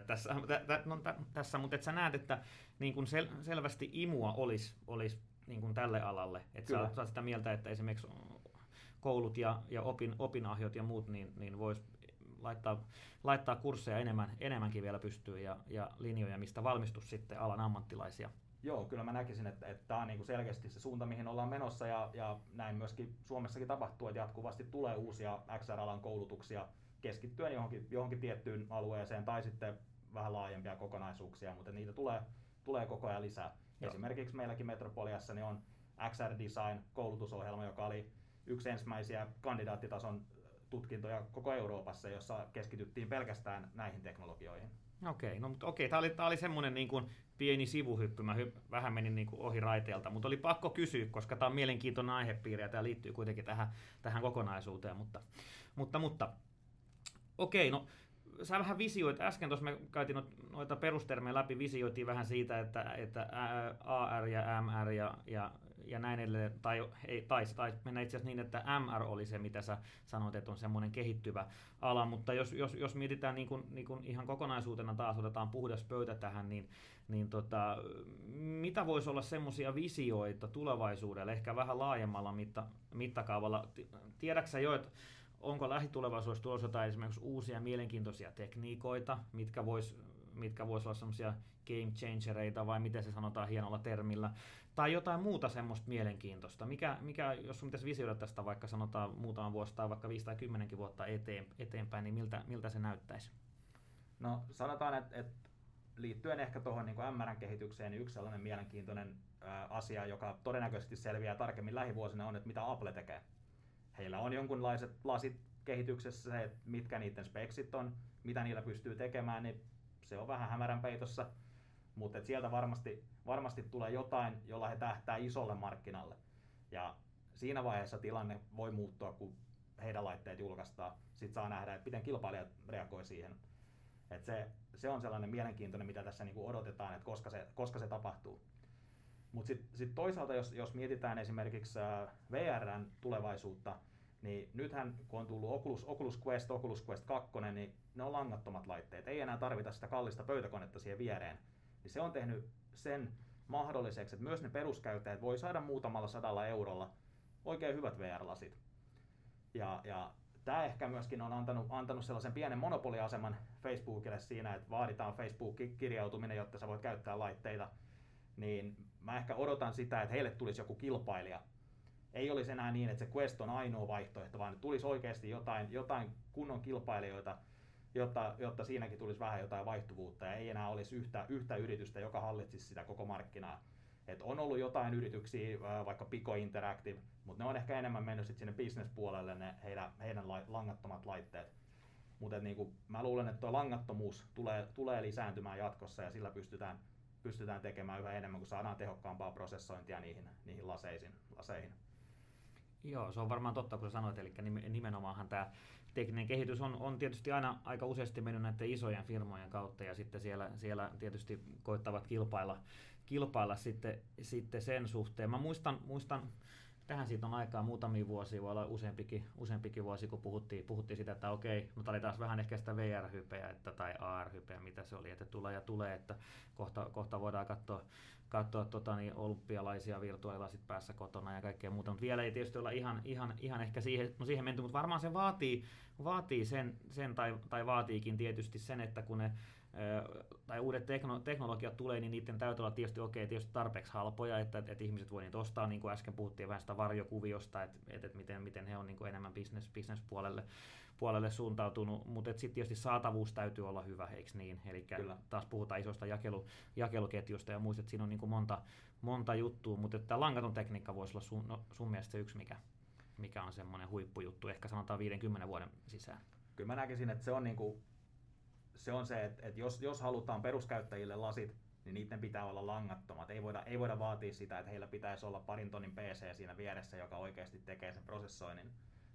tässä, mutta et sä näet, että niin kun selvästi imua olisi niin kun tälle alalle. Että sä oot sitä mieltä, että esimerkiksi koulut ja opinahjot ja muut niin vois laittaa kursseja enemmänkin vielä pystyyn ja linjoja, mistä valmistus sitten alan ammattilaisia. Joo, kyllä mä näkisin, että tämä on niinku selkeästi se suunta, mihin ollaan menossa, ja näin myöskin Suomessakin tapahtuu, että jatkuvasti tulee uusia XR-alan koulutuksia keskittyen johonkin tiettyyn alueeseen tai sitten vähän laajempia kokonaisuuksia, mutta niitä tulee koko ajan lisää. Joo. Esimerkiksi meilläkin Metropoliassa niin on XR Design koulutusohjelma, joka oli yksi ensimmäisiä kandidaattitason tutkintoja koko Euroopassa, jossa keskityttiin pelkästään näihin teknologioihin. Okei, tämä oli semmoinen niin kuin pieni sivuhyppy, mä vähän menin niin kuin ohi raiteelta, mutta oli pakko kysyä, koska tämä on mielenkiintoinen aihepiiri ja tämä liittyy kuitenkin tähän kokonaisuuteen, mutta okei, no sä vähän visioit, äsken tuossa me käytiin noita perustermejä läpi, visioitiin vähän siitä, että AR ja MR ja näin edelleen, tai mennä itse asiassa niin, että MR oli se, mitä sä sanoit, että on semmoinen kehittyvä ala, mutta jos mietitään niin kuin ihan kokonaisuutena taas, otetaan puhdas pöytä tähän, niin mitä voisi olla semmoisia visioita tulevaisuudelle, ehkä vähän laajemmalla mittakaavalla, tiedätkö jo, että onko lähitulevaisuudessa tulossa jotain esimerkiksi uusia mielenkiintoisia tekniikoita, mitkä vois olla semmoisia game changereita, vai miten se sanotaan hienolla termillä, tai jotain muuta semmoista mielenkiintoista. Mikä jos sun pitäisi visioida tästä vaikka sanotaan muutama vuosi tai vaikka 5 tai 10 vuotta eteenpäin, niin miltä se näyttäisi? No sanotaan, että liittyen ehkä tuohon niin MR:n kehitykseen, niin yksi sellainen mielenkiintoinen asia, joka todennäköisesti selviää tarkemmin lähivuosina, on, että mitä Apple tekee. Heillä on jonkunlaiset lasit kehityksessä, se, että mitkä niiden speksit on, mitä niillä pystyy tekemään, niin se on vähän hämärän peitossa, mutta sieltä varmasti tulee jotain, jolla he tähtää isolle markkinalle. Ja siinä vaiheessa tilanne voi muuttua, kun heidän laitteet julkaistaan. Sitten saa nähdä, että miten kilpailijat reagoi siihen. Et se on sellainen mielenkiintoinen, mitä tässä niinku odotetaan, että koska se tapahtuu. Mutta sitten toisaalta, jos mietitään esimerkiksi VR:n tulevaisuutta, niin nythän kun on tullut Oculus Quest 2, niin ne on langattomat laitteet. Ei enää tarvita sitä kallista pöytäkonetta siihen viereen. Niin se on tehnyt sen mahdolliseksi, että myös ne peruskäyttäjät voi saada muutamalla 100 eurolla oikein hyvät VR-lasit. Ja tämä ehkä myöskin on antanut sellaisen pienen monopoliaseman Facebookille siinä, että vaaditaan Facebook-kirjautuminen, jotta sä voit käyttää laitteita. Niin mä ehkä odotan sitä, että heille tulisi joku kilpailija. Ei olisi enää niin, että se Quest on ainoa vaihtoehto, vaan tulisi oikeasti jotain kunnon kilpailijoita, jotta siinäkin tulisi vähän jotain vaihtuvuutta ja ei enää olisi yhtä yritystä, joka hallitsisi sitä koko markkinaa. Et on ollut jotain yrityksiä, vaikka Pico Interactive, mutta ne on ehkä enemmän mennyt sit sinne business-puolelle ne heidän langattomat laitteet. Mutta niinku, mä luulen, että tuo langattomuus tulee lisääntymään jatkossa ja sillä pystytään tekemään yhä enemmän, kun saadaan tehokkaampaa prosessointia niihin laseihin. Joo, se on varmaan totta, kun sanoit, eli nimenomaanhan tämä tekninen kehitys on tietysti aina aika useasti mennyt näiden isojen firmojen kautta, ja sitten siellä tietysti koittavat kilpailla sitten sen suhteen. Mä muistan tähän siitä on aikaa muutamia vuosia, voi olla useampikin vuosi, kun puhuttiin sitä, että okei, mutta oli taas vähän ehkä sitä VR-hypeä tai AR-hypeä, mitä se oli, että tulee, että kohta voidaan katsoa olympialaisia virtuaalilasit päässä kotona ja kaikkea muuta, mutta vielä ei tietysti olla ihan ehkä siihen menty, mutta varmaan se vaatii sen tai vaatiikin tietysti sen, että kun ne tai uudet teknologiat tulee, niin niiden täytyy olla tietysti tarpeeksi halpoja, että ihmiset voi niitä ostaa, niin kuin äsken puhuttiin vähän sitä varjokuviosta, että miten he on niin kuin enemmän business-puolelle suuntautunut, mutta sitten tietysti saatavuus täytyy olla hyvä, eikö niin? Eli taas puhutaan isosta jakeluketjusta ja muistat, että siinä on niin kuin monta juttua, mutta tämä langaton tekniikka voisi olla sun mielestä se yksi, mikä on semmoinen huippujuttu, ehkä sanotaan 50 vuoden sisään. Kyllä mä näkisin, että se on se, että jos halutaan peruskäyttäjille lasit, niin niiden pitää olla langattomat. Ei voida vaatia sitä, että heillä pitäisi olla parin tonnin PC siinä vieressä, joka oikeasti tekee sen prosessoinnin.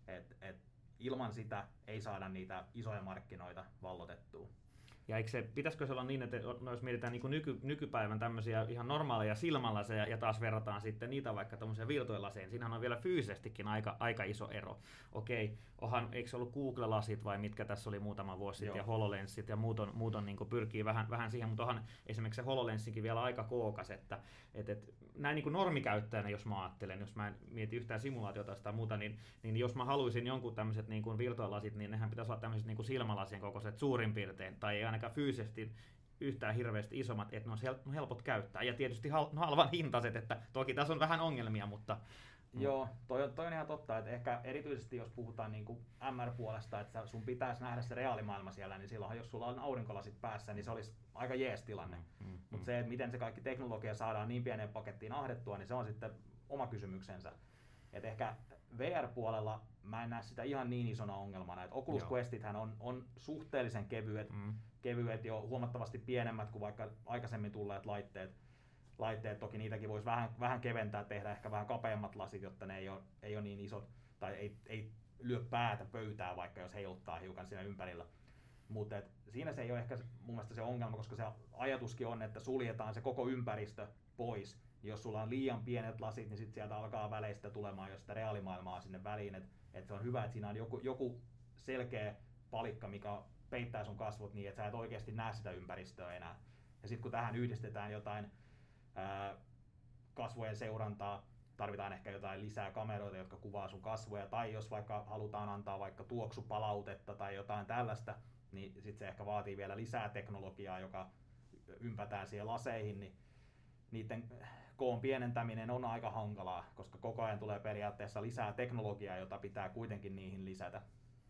Ilman sitä ei saada niitä isoja markkinoita vallotettua. Ja pitäisikö se olla niin, että jos mietitään niin kuin nykypäivän tämmöisiä ihan normaaleja silmälaseja ja taas verrataan sitten niitä vaikka tämmöisiä virtuaalilaseihin, siinähän on vielä fyysisestikin aika iso ero. Okei, eikö se ollut Google-lasit vai mitkä tässä oli muutama vuosi sitten ja HoloLensit ja muut on niin kuin pyrkii vähän siihen, mutta onhan esimerkiksi se HoloLensikin vielä aika kookas, että näin niin kuin normikäyttäjänä, jos mä ajattelen, jos mä en mieti yhtään simulaatiota tai muuta, niin jos mä haluaisin jonkun tämmöiset niin kuin virtuaalilasit, niin nehän pitäisi olla tämmöiset niin kuin silmälasien kokoiset suurin piirtein, tai ei ainakaan fyysisesti yhtään hirveästi isommat, että ne on helpot käyttää. Ja tietysti halvan hintaiset, että toki tässä on vähän ongelmia, Joo, toi on ihan totta, että ehkä erityisesti jos puhutaan niin kuin MR-puolesta, että sun pitäisi nähdä se reaalimaailma siellä, niin silloin jos sulla on aurinkolasit päässä, niin se olisi aika jees tilanne. Mutta se, että miten se kaikki teknologia saadaan niin pieneen pakettiin ahdettua, niin se on sitten oma kysymyksensä. Et ehkä VR-puolella mä en näe sitä ihan niin isona ongelmana, että Oculus Questithän on suhteellisen kevyet jo huomattavasti pienemmät kuin vaikka aikaisemmin tulleet laitteet, toki niitäkin voisi vähän keventää, tehdä ehkä vähän kapeammat lasit, jotta ne ei ole niin isot, tai ei lyö päätä pöytään, vaikka jos heiluttaa hiukan siinä ympärillä. Mutta siinä se ei ole ehkä mun mielestä se ongelma, koska se ajatuskin on, että suljetaan se koko ympäristö pois. Jos sulla on liian pienet lasit, niin sit sieltä alkaa väleistä tulemaan jo sitä reaalimaailmaa sinne väliin. Et se on hyvä, että siinä on joku selkeä palikka, mikä peittää sun kasvot niin, että sä et oikeasti näe sitä ympäristöä enää. Ja sitten kun tähän yhdistetään jotain kasvojen seurantaa, tarvitaan ehkä jotain lisää kameroita, jotka kuvaa sun kasvoja, tai jos vaikka halutaan antaa vaikka tuoksupalautetta tai jotain tällaista, niin sitten se ehkä vaatii vielä lisää teknologiaa, joka ympätään siihen laseihin, niin niiden koon pienentäminen on aika hankalaa, koska koko ajan tulee periaatteessa lisää teknologiaa, jota pitää kuitenkin niihin lisätä.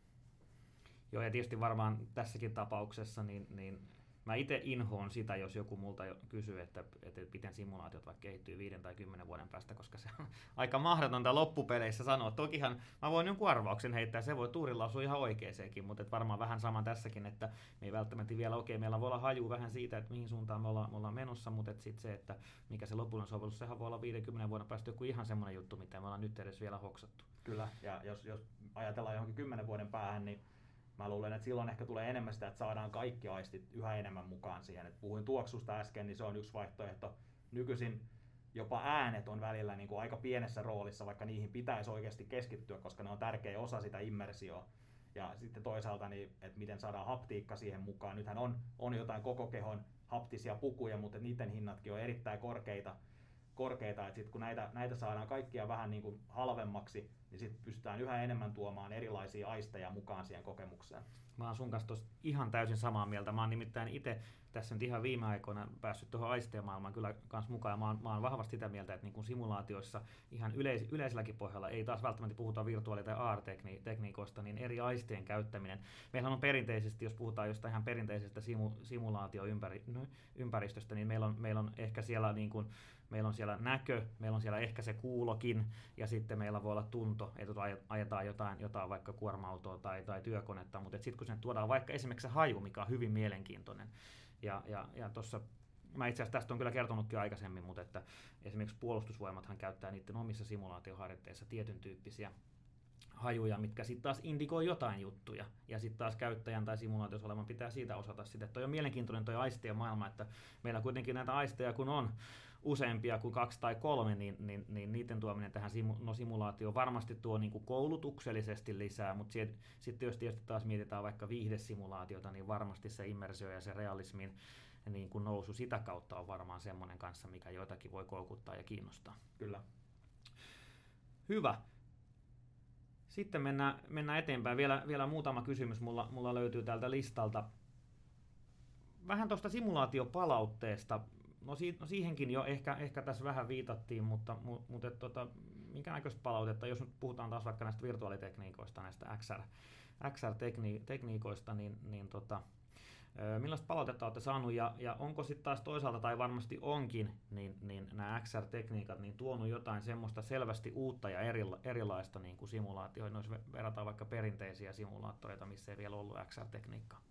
Joo, ja tietysti varmaan tässäkin tapauksessa niin mä itse inhoon sitä, jos joku multa kysyy, että miten simulaatiot vaikka kehittyy 5 tai 10 vuoden päästä, koska se on aika mahdotonta loppupeleissä sanoa. Tokihan mä voin jonkun arvauksen heittää, se voi tuurilla osua ihan oikeeseenkin, mutta varmaan vähän sama tässäkin, että me ei välttämättä vielä, meillä voi olla haju vähän siitä, että mihin suuntaan me ollaan menossa, mutta sitten se, että mikä se lopullinen sovellus, sehän voi olla 50 vuoden päästä joku ihan semmoinen juttu, mitä me ollaan nyt edes vielä hoksattu. Kyllä, ja jos ajatellaan johonkin 10 vuoden päähän, niin mä luulen, että silloin ehkä tulee enemmän sitä, että saadaan kaikki aistit yhä enemmän mukaan siihen. Et puhuin tuoksusta äsken, niin se on yksi vaihtoehto. Nykyisin jopa äänet on välillä niin kuin aika pienessä roolissa, vaikka niihin pitäisi oikeasti keskittyä, koska ne on tärkeä osa sitä immersioa. Ja sitten toisaalta, niin, että miten saadaan haptiikka siihen mukaan. Nythän on jotain koko kehon haptisia pukuja, mutta niiden hinnatkin on erittäin korkeita. Että sit kun näitä saadaan kaikkia vähän niin kuin halvemmaksi, niin sitten pystytään yhä enemmän tuomaan erilaisia aisteja mukaan siihen kokemukseen. Mä oon sun kanssa tossa ihan täysin samaa mieltä. Mä oon nimittäin itse tässä nyt ihan viime aikoina päässyt tuohon aistemaailmaan kyllä kans mukaan. Mä oon vahvasti sitä mieltä, että niin kuin simulaatioissa ihan yleiselläkin pohjalla, ei taas välttämättä puhuta virtuaali- tai AR-tekniikoista, niin eri aistien käyttäminen. Meillä on perinteisesti, jos puhutaan jostain ihan perinteisestä simulaatioympäristöstä, niin meillä on ehkä siellä niin kuin meillä on siellä näkö, meillä on siellä ehkä se kuulokin ja sitten meillä voi olla tunto, että ajetaan jotain vaikka kuorma-autoa tai työkonetta, mutta sitten kun sinne tuodaan vaikka esimerkiksi se haju, mikä on hyvin mielenkiintoinen. Ja tuossa, mä itse asiassa tästä on kyllä kertonutkin aikaisemmin, mutta että esimerkiksi puolustusvoimathan käyttää niiden omissa simulaatioharjoitteissa tietyn tyyppisiä hajuja, mitkä sitten taas indikoi jotain juttuja. Ja sitten taas käyttäjän tai simulaatiossa olevan pitää siitä osata sitä. Toi on mielenkiintoinen toi aistien maailma, että meillä kuitenkin näitä aisteja kun on useampia kuin 2 tai 3, niin niiden tuominen tähän simulaatioon varmasti tuo niin kuin koulutuksellisesti lisää, mutta sitten jos tietysti taas mietitään vaikka viihdesimulaatiota, niin varmasti se immersio ja se realismin niin kuin nousu sitä kautta on varmaan semmoinen kanssa, mikä joitakin voi koukuttaa ja kiinnostaa. Kyllä. Hyvä. Sitten mennään eteenpäin. Vielä muutama kysymys mulla löytyy täältä listalta. Vähän tuosta simulaatiopalautteesta. No siihenkin jo ehkä tässä vähän viitattiin, mutta minkä näköistä palautetta, jos nyt puhutaan taas vaikka näistä virtuaalitekniikoista, näistä XR-tekniikoista, niin millaista palautetta olette saanut ja onko sitten taas toisaalta, tai varmasti onkin, niin nämä XR-tekniikat niin tuonut jotain semmoista selvästi uutta ja erilaista niin kuin simulaatioihin, jos verrataan vaikka perinteisiä simulaattoreita, missä ei vielä ollut XR-tekniikkaa?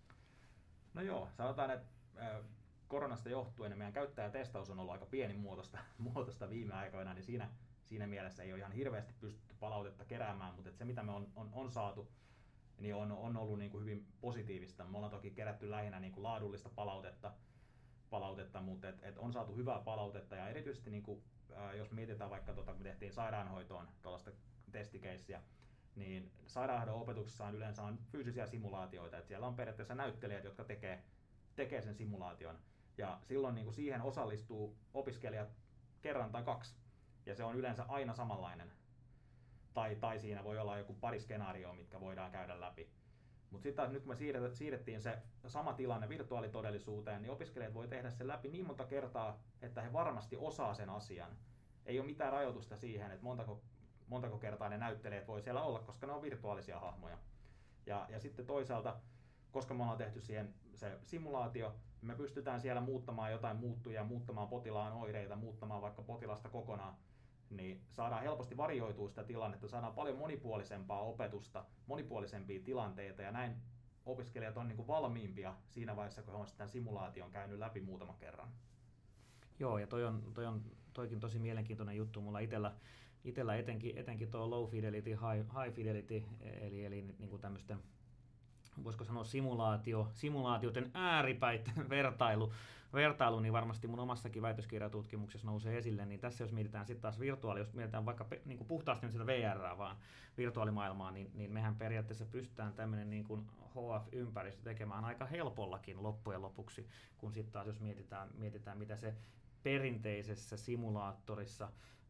No joo, sanotaan, että koronasta johtuen meidän käyttäjätestaus on ollut aika pienimuotoista viime aikoina, niin siinä mielessä ei ole ihan hirveästi pystytty palautetta keräämään, mutta se mitä me on saatu, niin on ollut niin kuin hyvin positiivista. Me ollaan toki kerätty lähinnä niin kuin laadullista palautetta, mutta on saatu hyvää palautetta ja erityisesti niin kuin, jos mietitään vaikka kun me tehtiin sairaanhoitoon tuollaista testikeissiä, niin sairaanhoidon opetuksessa yleensä on fyysisiä simulaatioita, että siellä on periaatteessa näyttelijät, jotka tekee sen simulaation. Ja silloin niin kuin siihen osallistuu opiskelijat kerran tai 2, ja se on yleensä aina samanlainen. Tai siinä voi olla joku pari skenaarioa, mitkä voidaan käydä läpi. Mutta sitten taas nyt kun me siirrettiin se sama tilanne virtuaalitodellisuuteen, niin opiskelijat voi tehdä sen läpi niin monta kertaa, että he varmasti osaa sen asian. ei ole mitään rajoitusta siihen, että montako kertaa ne näyttelijät voi siellä olla, koska ne on virtuaalisia hahmoja. Ja sitten toisaalta, koska me ollaan tehty siihen se simulaatio, me pystytään siellä muuttamaan jotain muuttujia, muuttamaan potilaan oireita, muuttamaan vaikka potilasta kokonaan, niin saadaan helposti varioitua sitä tilannetta, saadaan paljon monipuolisempaa opetusta, monipuolisempia tilanteita, ja näin opiskelijat on niin kuin valmiimpia siinä vaiheessa, kun he on sitten simulaation käynyt läpi muutaman kerran. Joo, ja toikin tosi mielenkiintoinen juttu. Mulla itellä etenkin tuo low fidelity, high fidelity, eli niin kuin tämmöisten, voisiko sanoa simulaatioiden ääripäitten vertailu, niin varmasti mun omassakin väitöskirjatutkimuksessa nousee esille, niin tässä jos mietitään sitten taas jos mietitään vaikka niin kuin puhtaasti sitä VR:ää vaan virtuaalimaailmaa, niin mehän periaatteessa pystytään tämmöinen niin kuin HF-ympäristö tekemään aika helpollakin loppujen lopuksi, kun sitten taas jos mietitään mitä se perinteisessä simulaattorissa,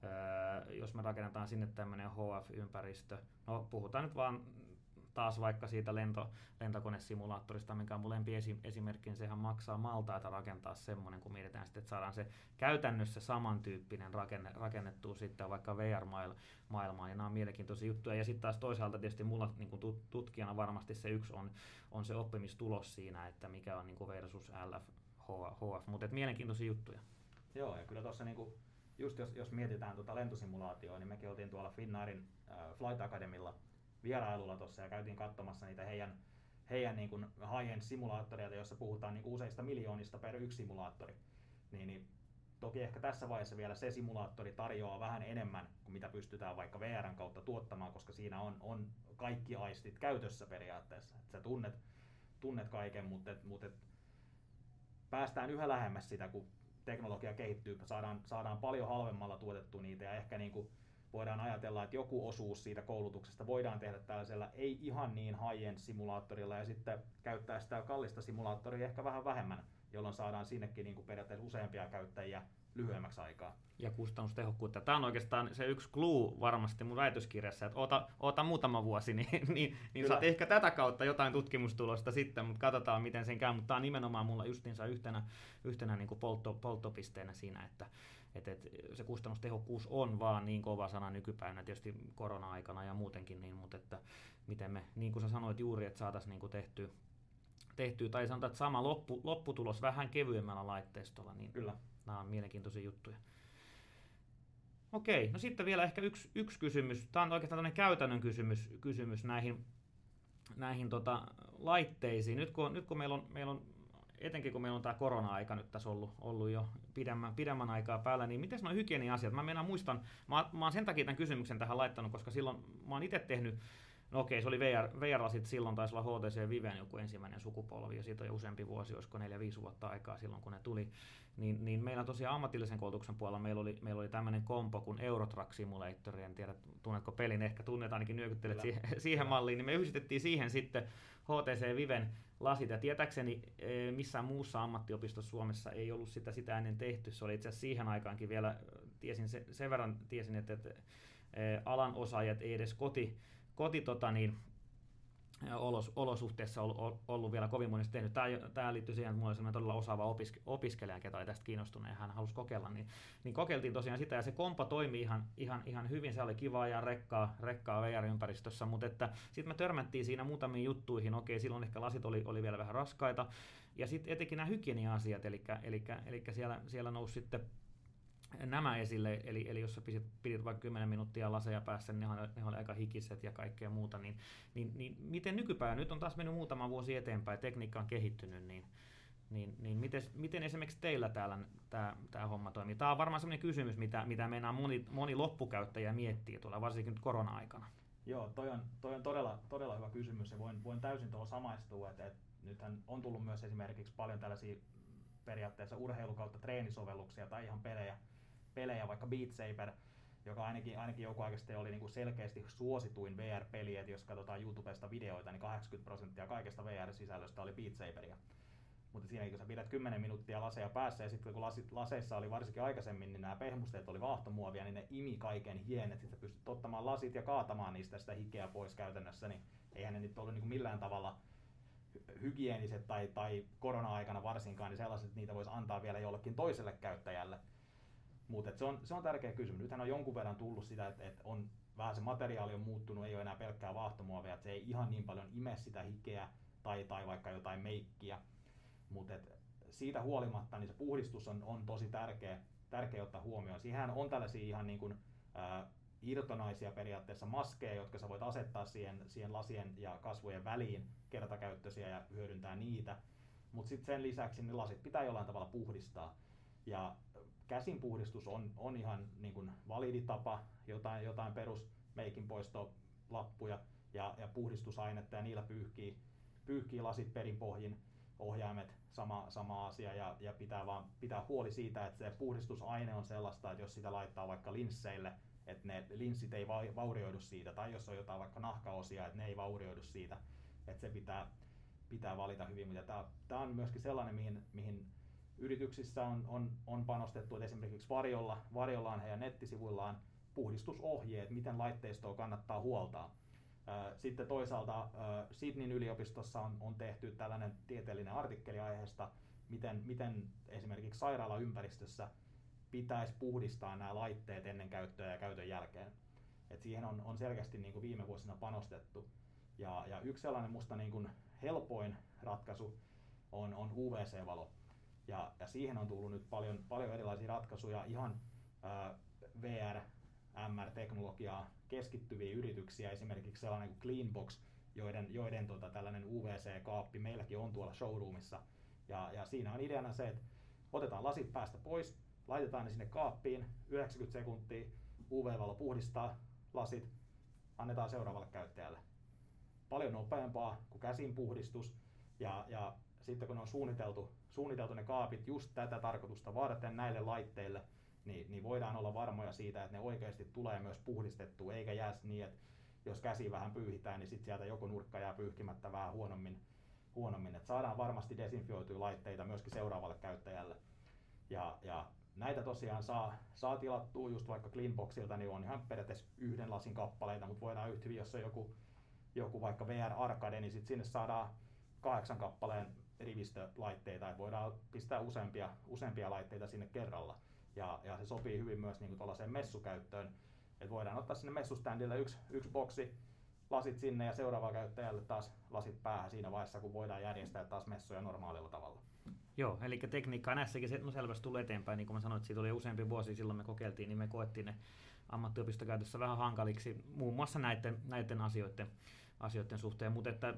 jos me rakennetaan sinne tämmöinen HF-ympäristö, no puhutaan nyt vaan taas vaikka siitä lentokonesimulaattorista, mikä on mun lempiesimerkki, niin sehän maksaa maltaita rakentaa semmoinen, kun mietitään sitten, että saadaan se käytännössä samantyyppinen rakennettua sitten vaikka VR-maailmaan, ja nämä on mielenkiintoisia juttuja. Ja sitten taas toisaalta tietysti mulla niin kuin tutkijana varmasti se yksi on se oppimistulos siinä, että mikä on niin kuin versus LF, HF, mutta mielenkiintoisia juttuja. Joo, ja kyllä tuossa niinku, just jos mietitään tuota lentosimulaatioa, niin mekin oltiin tuolla Finnairin Flight Academilla vierailulla tuossa ja käytiin katsomassa niitä heidän niin kuin high-end simulaattoreita, joissa puhutaan niin kuin useista miljoonista per yksi simulaattori. Niin toki ehkä tässä vaiheessa vielä se simulaattori tarjoaa vähän enemmän kuin mitä pystytään vaikka VR:n kautta tuottamaan, koska siinä on kaikki aistit käytössä periaatteessa. Et sä tunnet kaiken, mutta päästään yhä lähemmäs sitä, kun teknologia kehittyy, saadaan paljon halvemmalla tuotettua niitä, ja ehkä niin kuin voidaan ajatella, että joku osuus siitä koulutuksesta voidaan tehdä tällaisella ei ihan niin high-end simulaattorilla, ja sitten käyttää sitä kallista simulaattoria ehkä vähän vähemmän, jolloin saadaan sinnekin niin kuin periaatteessa useampia käyttäjiä lyhyemmäksi aikaa. Ja kustannustehokkuutta. Tämä on oikeastaan se yksi clue varmasti mun väitöskirjassa, että oota muutama vuosi, niin saat ehkä tätä kautta jotain tutkimustulosta sitten, mutta katsotaan miten sen käy. Mutta tämä on nimenomaan mulla justiinsa yhtenä niin kuin polttopisteenä siinä, että se kustannustehokkuus on vaan niin kova sana nykypäivänä, tietysti korona-aikana ja muutenkin, niin, mutta että miten me, niin kuin sä sanoit juuri, että saataisiin niin kuin tehtyä, tai sanotaan, että sama lopputulos vähän kevyemmällä laitteistolla, niin kyllä. Nämä on mielenkiintoisia juttuja. Okei, no sitten vielä ehkä yksi kysymys. Tämä on oikeastaan tämmöinen käytännön kysymys näihin laitteisiin. Nyt kun meillä on etenkin kun meillä on tämä korona-aika nyt tässä ollut jo pidemmän aikaa päällä, niin miten nuo hygienia-asiat? Mä muistan, mä oon sen takia tämän kysymyksen tähän laittanut, koska silloin mä oon itse tehnyt, no okei, se oli VR-lasit silloin, taisi olla HTC Viven joku ensimmäinen sukupolvi, ja siitä on jo useampi vuosi, olisiko 4-5 vuotta aikaa silloin, kun ne tuli. Niin meillä tosiaan ammatillisen koulutuksen puolella meillä oli tämmöinen kompo kuin Eurotrack Simulator, en tiedä, tunnetko pelin, ehkä tunnet ainakin nyökyttelet siihen malliin, niin me yhdistettiin siihen sitten HTC Viven lasit, ja tietääkseni missään muussa ammattiopistossa Suomessa ei ollut sitä ennen tehty, se oli itse asiassa siihen aikaankin vielä, sen verran tiesin, että alan osaajat ei edes olosuhteessa ollut vielä kovin monesti tehnyt. Tämä liittyy siihen, että minulla oli sellainen todella osaava opiskelija, ketä oli tästä kiinnostunut ja hän halusi kokeilla. Niin kokeiltiin tosiaan sitä ja se kompa toimi ihan hyvin. Se oli kiva ajaa rekkaa VR-ympäristössä, mutta sitten me törmättiin siinä muutamiin juttuihin. Okei, silloin ehkä lasit oli vielä vähän raskaita. Ja sitten etenkin nämä hygienia-asiat, eli siellä nousi sitten nämä esille, eli jos sä pidit vaikka 10 minuuttia laseja päässä, niin ne oli aika hikiset ja kaikkea muuta, niin miten nykypäivänä, nyt on taas mennyt muutama vuosi eteenpäin, tekniikka on kehittynyt, niin miten esimerkiksi teillä täällä tämä homma toimii? Tämä on varmaan sellainen kysymys, mitä meinaa moni loppukäyttäjä miettii tuolla, varsinkin nyt korona-aikana. Joo, toi on todella hyvä kysymys ja voin täysin tuolla samaistua, että nythän on tullut myös esimerkiksi paljon tällaisia periaatteessa urheilu kautta treenisovelluksia tai ihan pelejä, vaikka Beat Saber, joka ainakin joku aika sitten oli niin kuin selkeästi suosituin VR-peli, että jos katsotaan YouTubesta videoita, niin 80% kaikesta VR-sisällöstä oli Beat Saberia. Mutta siinäkin kun sä pidät 10 minuuttia laseja päässä ja sitten kun laseissa oli varsinkin aikaisemmin, niin nämä pehmusteet oli vaahtomuovia, niin ne imi kaiken hien, että sä pystyt ottamaan lasit ja kaatamaan niistä sitä hikeä pois käytännössä, niin eihän ne nyt ollut niin kuin millään tavalla hygieeniset tai korona-aikana varsinkaan, niin sellaiset, että niitä voisi antaa vielä jollekin toiselle käyttäjälle. Mutta se on tärkeä kysymys. Nythän on jonkun verran tullut sitä, että on vähän se materiaali on muuttunut, ei ole enää pelkkää vaahtomuovia, että se ei ihan niin paljon ime sitä hikeä tai vaikka jotain meikkiä. Mutta siitä huolimatta niin se puhdistus on tosi tärkeä ottaa huomioon. Siihen on tällaisia ihan niin kuin, irtonaisia periaatteessa maskeja, jotka sä voit asettaa siihen lasien ja kasvojen väliin, kertakäyttöisiä ja hyödyntää niitä. Mutta sitten sen lisäksi ne lasit pitää jollain tavalla puhdistaa. Ja käsinpuhdistus on ihan niin kuin validi tapa, jotain perusmeikin poistolappuja ja puhdistusainetta ja niillä pyyhkii lasit perinpohjin, ohjaimet sama asia ja pitää huoli siitä, että se puhdistusaine on sellaista, että jos sitä laittaa vaikka linsseille, että ne linssit ei vaurioidu siitä, tai jos on jotain vaikka nahkaosia, että ne ei vaurioidu siitä, että se pitää valita hyvin. Tämä on myöskin sellainen, mihin yrityksissä on panostettu, että esimerkiksi Varjolla on heidän nettisivuillaan puhdistusohjeet, miten laitteistoa kannattaa huoltaa. Sitten toisaalta Sydneyn yliopistossa on tehty tällainen tieteellinen artikkeli aiheesta, miten esimerkiksi sairaalaympäristössä pitäisi puhdistaa nämä laitteet ennen käyttöä ja käytön jälkeen. Et siihen on selkeästi niin kuin viime vuosina panostettu. Ja yksi sellainen musta niin kuin helpoin ratkaisu on UVC-valo. Ja siihen on tullut nyt paljon erilaisia ratkaisuja, ihan VR, MR-teknologiaa keskittyviä yrityksiä, esimerkiksi sellainen kuin Cleanbox, joiden tällainen UVC-kaappi meilläkin on tuolla showroomissa. Ja siinä on ideana se, että otetaan lasit päästä pois, laitetaan ne sinne kaappiin, 90 sekuntia, UV-valo puhdistaa lasit, annetaan seuraavalle käyttäjälle. Paljon nopeampaa kuin käsinpuhdistus ja sitten kun on suunniteltu ne kaapit just tätä tarkoitusta varten näille laitteille, niin voidaan olla varmoja siitä, että ne oikeasti tulee myös puhdistettua, eikä jää niin, että jos käsi vähän pyyhitään, niin sitten sieltä joku nurkka jää pyyhkimättä vähän huonommin. Että saadaan varmasti desinfioituja laitteita myöskin seuraavalle käyttäjälle. Ja näitä tosiaan saa tilattua just vaikka Cleanboxilta, niin on ihan periaatteessa yhden lasin kappaleita, mutta voidaan yhtä hyvin, jos on joku vaikka VR Arcade, niin sitten sinne saadaan 8 kappaleen rivistölaitteita, että voidaan pistää useampia laitteita sinne kerralla. Ja se sopii hyvin myös niin kuin tuollaiseen messukäyttöön, että voidaan ottaa sinne messuständille yksi boksi, lasit sinne ja seuraava käyttäjälle taas lasit päähän siinä vaiheessa, kun voidaan järjestää taas messuja normaalilla tavalla. Joo, eli tekniikka on näissäkin selvästi tullut eteenpäin, niin kuin mä sanoin, että siitä oli useampi vuosi, silloin me kokeiltiin, niin me koettiin ne ammattiopistokäytössä vähän hankaliksi, muun muassa näiden asioiden suhteen, mutta että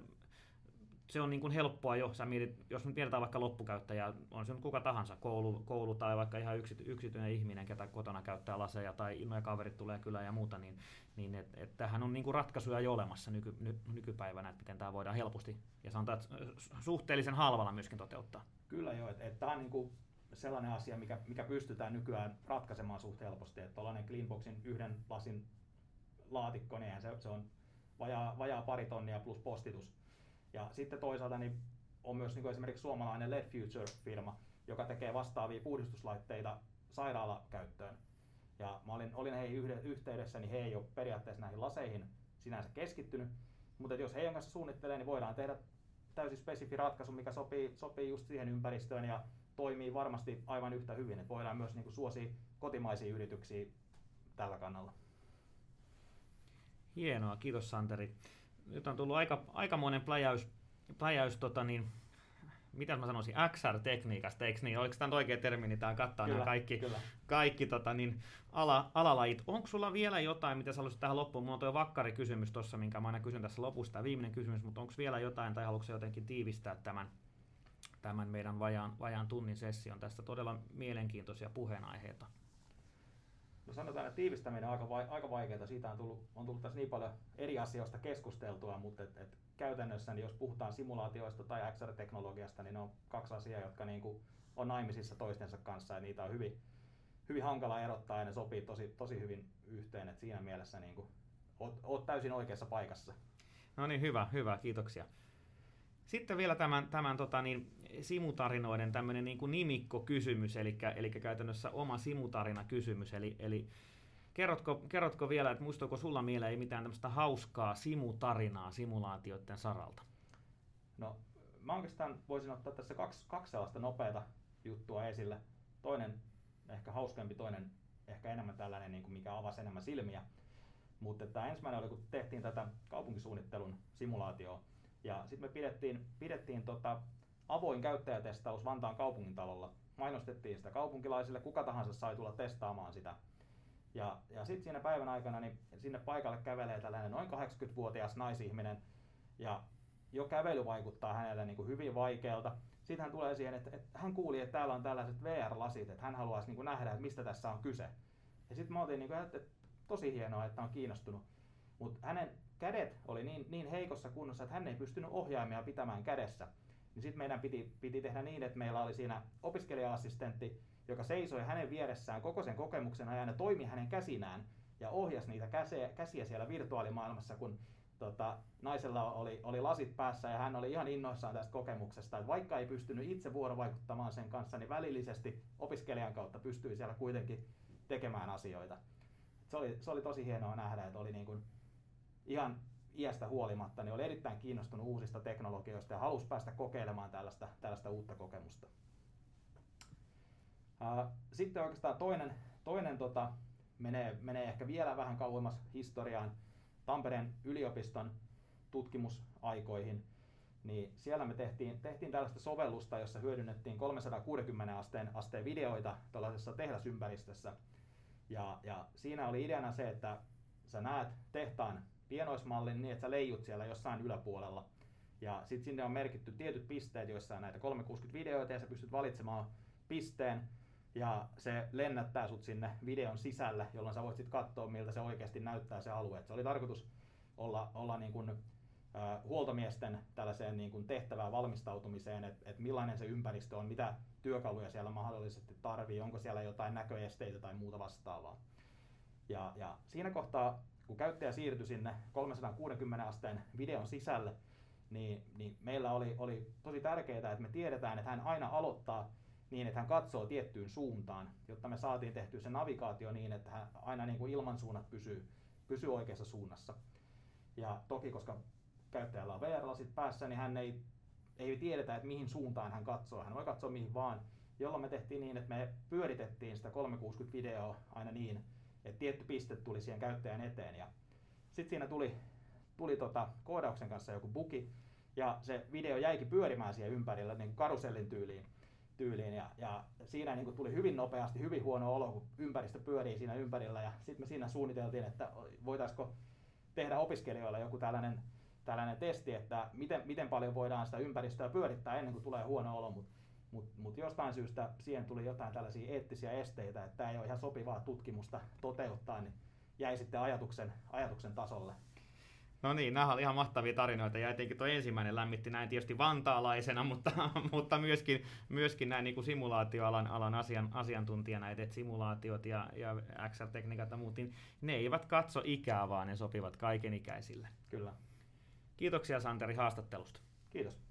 se on niin kuin helppoa jo, sä mietit, jos nyt mietitään vaikka loppukäyttäjää, on se nyt kuka tahansa, koulu tai vaikka ihan yksityinen ihminen, ketä kotona käyttää laseja tai no kaverit tulee kylään ja muuta, niin tämähän on niin kuin ratkaisuja jo olemassa nykypäivänä, että miten tämä voidaan helposti ja sanotaan, että suhteellisen halvalla myöskin toteuttaa. Kyllä joo, että tämä on niin kuin sellainen asia, mikä pystytään nykyään ratkaisemaan suht helposti, että tuollainen Cleanboxin yhden lasin laatikko, niin se on vajaa 2 tonnia plus postitus. Ja sitten toisaalta niin on myös niin esimerkiksi suomalainen LED Future-firma, joka tekee vastaavia puhdistuslaitteita sairaalakäyttöön. Ja mä olin heihin yhteydessä, niin he ei ole periaatteessa näihin laseihin sinänsä keskittynyt. Mutta jos heidän kanssa suunnittelee, niin voidaan tehdä täysin spesifi ratkaisu, mikä sopii just siihen ympäristöön ja toimii varmasti aivan yhtä hyvin. Et voidaan myös niin suosia kotimaisia yrityksiä tällä kannalla. Hienoa, kiitos Santeri. Nyt on tullut aikamoinen pläjäys mitä mä sanoisin, XR-tekniikasta, eikö niin? Oliko tämä oikea termi, niin tämä kattaa nämä kaikki alalajit. Onko sulla vielä jotain, mitä sä haluaisit tähän loppuun? Mulla on tuo vakkarikysymys tuossa, minkä mä aina kysyn tässä lopussa, tämä viimeinen kysymys, mutta onko vielä jotain, tai haluatko jotenkin tiivistää tämän meidän vajaan tunnin session? Tästä todella mielenkiintoisia puheenaiheita. No sanotaan, että tiivistäminen on aika vaikeaa. Siitä on tullut tässä niin paljon eri asioista keskusteltua, mutta käytännössä niin jos puhutaan simulaatioista tai XR-teknologiasta, niin ne on 2 asiaa, jotka niin kuin on naimisissa toistensa kanssa ja niitä on hyvin hankala erottaa ja ne sopii tosi hyvin yhteen. Et siinä mielessä niin kuin, oot täysin oikeassa paikassa. No niin, hyvä, kiitoksia. Sitten vielä tämän simutarinoiden tämmöinen niin kuin nimikkokysymys, eli käytännössä oma simutarina-kysymys. Eli kerrotko vielä, että muistuuko sulla mieleen ei mitään tämmöistä hauskaa simutarinaa simulaatioiden saralta? No, mä oikeastaan voisin ottaa tässä kaksi sellaista nopeata juttua esille. Toinen ehkä hauskempi, toinen ehkä enemmän tällainen, niin kuin mikä avasi enemmän silmiä. Mutta tämä ensimmäinen oli, kun tehtiin tätä kaupunkisuunnittelun simulaatioa. Ja sitten me pidettiin avoin käyttäjätestaus Vantaan kaupungintalolla. Mainostettiin sitä kaupunkilaisille, kuka tahansa sai tulla testaamaan sitä. Ja sitten siinä päivän aikana niin sinne paikalle kävelee tällainen noin 80-vuotias naisihminen. Ja jo kävely vaikuttaa hänelle niin kuin hyvin vaikealta. Sitten hän tulee siihen, että hän kuuli, että täällä on tällaiset VR-lasit, että hän haluaisi niin kuin nähdä, että mistä tässä on kyse. Ja sitten mä oltiin, niin kuin, että tosi hienoa, että on kiinnostunut. Mutta hänen kädet oli niin heikossa kunnossa, että hän ei pystynyt ohjaimia pitämään kädessä. Niin sitten meidän piti tehdä niin, että meillä oli siinä opiskelija-assistentti, joka seisoi hänen vieressään koko sen kokemuksen ajan ja toimi hänen käsinään ja ohjasi niitä käsiä siellä virtuaalimaailmassa, kun naisella oli lasit päässä ja hän oli ihan innoissaan tästä kokemuksesta, että vaikka ei pystynyt itse vuorovaikuttamaan sen kanssa, niin välillisesti opiskelijan kautta pystyi siellä kuitenkin tekemään asioita. Se oli tosi hienoa nähdä, että oli niin kuin ihan iästä huolimatta, niin oli erittäin kiinnostunut uusista teknologioista ja halusi päästä kokeilemaan tällaista uutta kokemusta. Sitten oikeastaan toinen menee ehkä vielä vähän kauemmas historiaan, Tampereen yliopiston tutkimusaikoihin, niin siellä me tehtiin tällaista sovellusta, jossa hyödynnettiin 360 asteen videoita tällaisessa tehdasympäristössä. Ja siinä oli ideana se, että sä näet tehtaan pienoismallin niin, että sä leijut siellä jossain yläpuolella. Ja sitten sinne on merkitty tietyt pisteet, joissa on näitä 360-videoita ja sä pystyt valitsemaan pisteen. Ja se lennättää sut sinne videon sisälle, jolloin sä voit sitten katsoa, miltä se oikeasti näyttää se alue. Et se oli tarkoitus olla niin kuin, huoltomiesten tällaiseen niin kuin tehtävään valmistautumiseen, että millainen se ympäristö on, mitä työkaluja siellä mahdollisesti tarvii, onko siellä jotain näköesteitä tai muuta vastaavaa. Ja siinä kohtaa, kun käyttäjä siirtyi sinne 360 asteen videon sisälle, niin meillä oli tosi tärkeää, että me tiedetään, että hän aina aloittaa niin, että hän katsoo tiettyyn suuntaan, jotta me saatiin tehtyä se navigaatio niin, että hän aina niin kuin ilmansuunnat pysyy oikeassa suunnassa. Ja toki, koska käyttäjällä on VR-lasit päässä, niin hän ei tiedetä, että mihin suuntaan hän katsoo. Hän voi katsoa mihin vaan, jolloin me tehtiin niin, että me pyöritettiin sitä 360-videoa aina niin, että tietty piste tuli siihen käyttäjän eteen. Ja sitten siinä tuli koodauksen kanssa joku bugi, ja se video jäikin pyörimään siihen ympärillä niin karusellin tyyliin. Ja siinä niin kuin tuli hyvin nopeasti hyvin huono olo, kun ympäristö pyörii siinä ympärillä. Ja sitten me siinä suunniteltiin, että voitaisiko tehdä opiskelijoille joku tällainen testi, että miten paljon voidaan sitä ympäristöä pyörittää ennen kuin tulee huono olo. Mutta jostain syystä siihen tuli jotain tällaisia eettisiä esteitä, että tämä ei ole ihan sopivaa tutkimusta toteuttaa, niin jäi sitten ajatuksen tasolle. No niin, nämä oli ihan mahtavia tarinoita ja etenkin tuo ensimmäinen lämmitti näin tietysti vantaalaisena, mutta myöskin näin niin kuin simulaatioalan asiantuntijana, että simulaatiot ja XR-tekniikat ja muut, niin ne eivät katso ikää, vaan ne sopivat kaikenikäisille. Kyllä. Kiitoksia Santeri haastattelusta. Kiitos.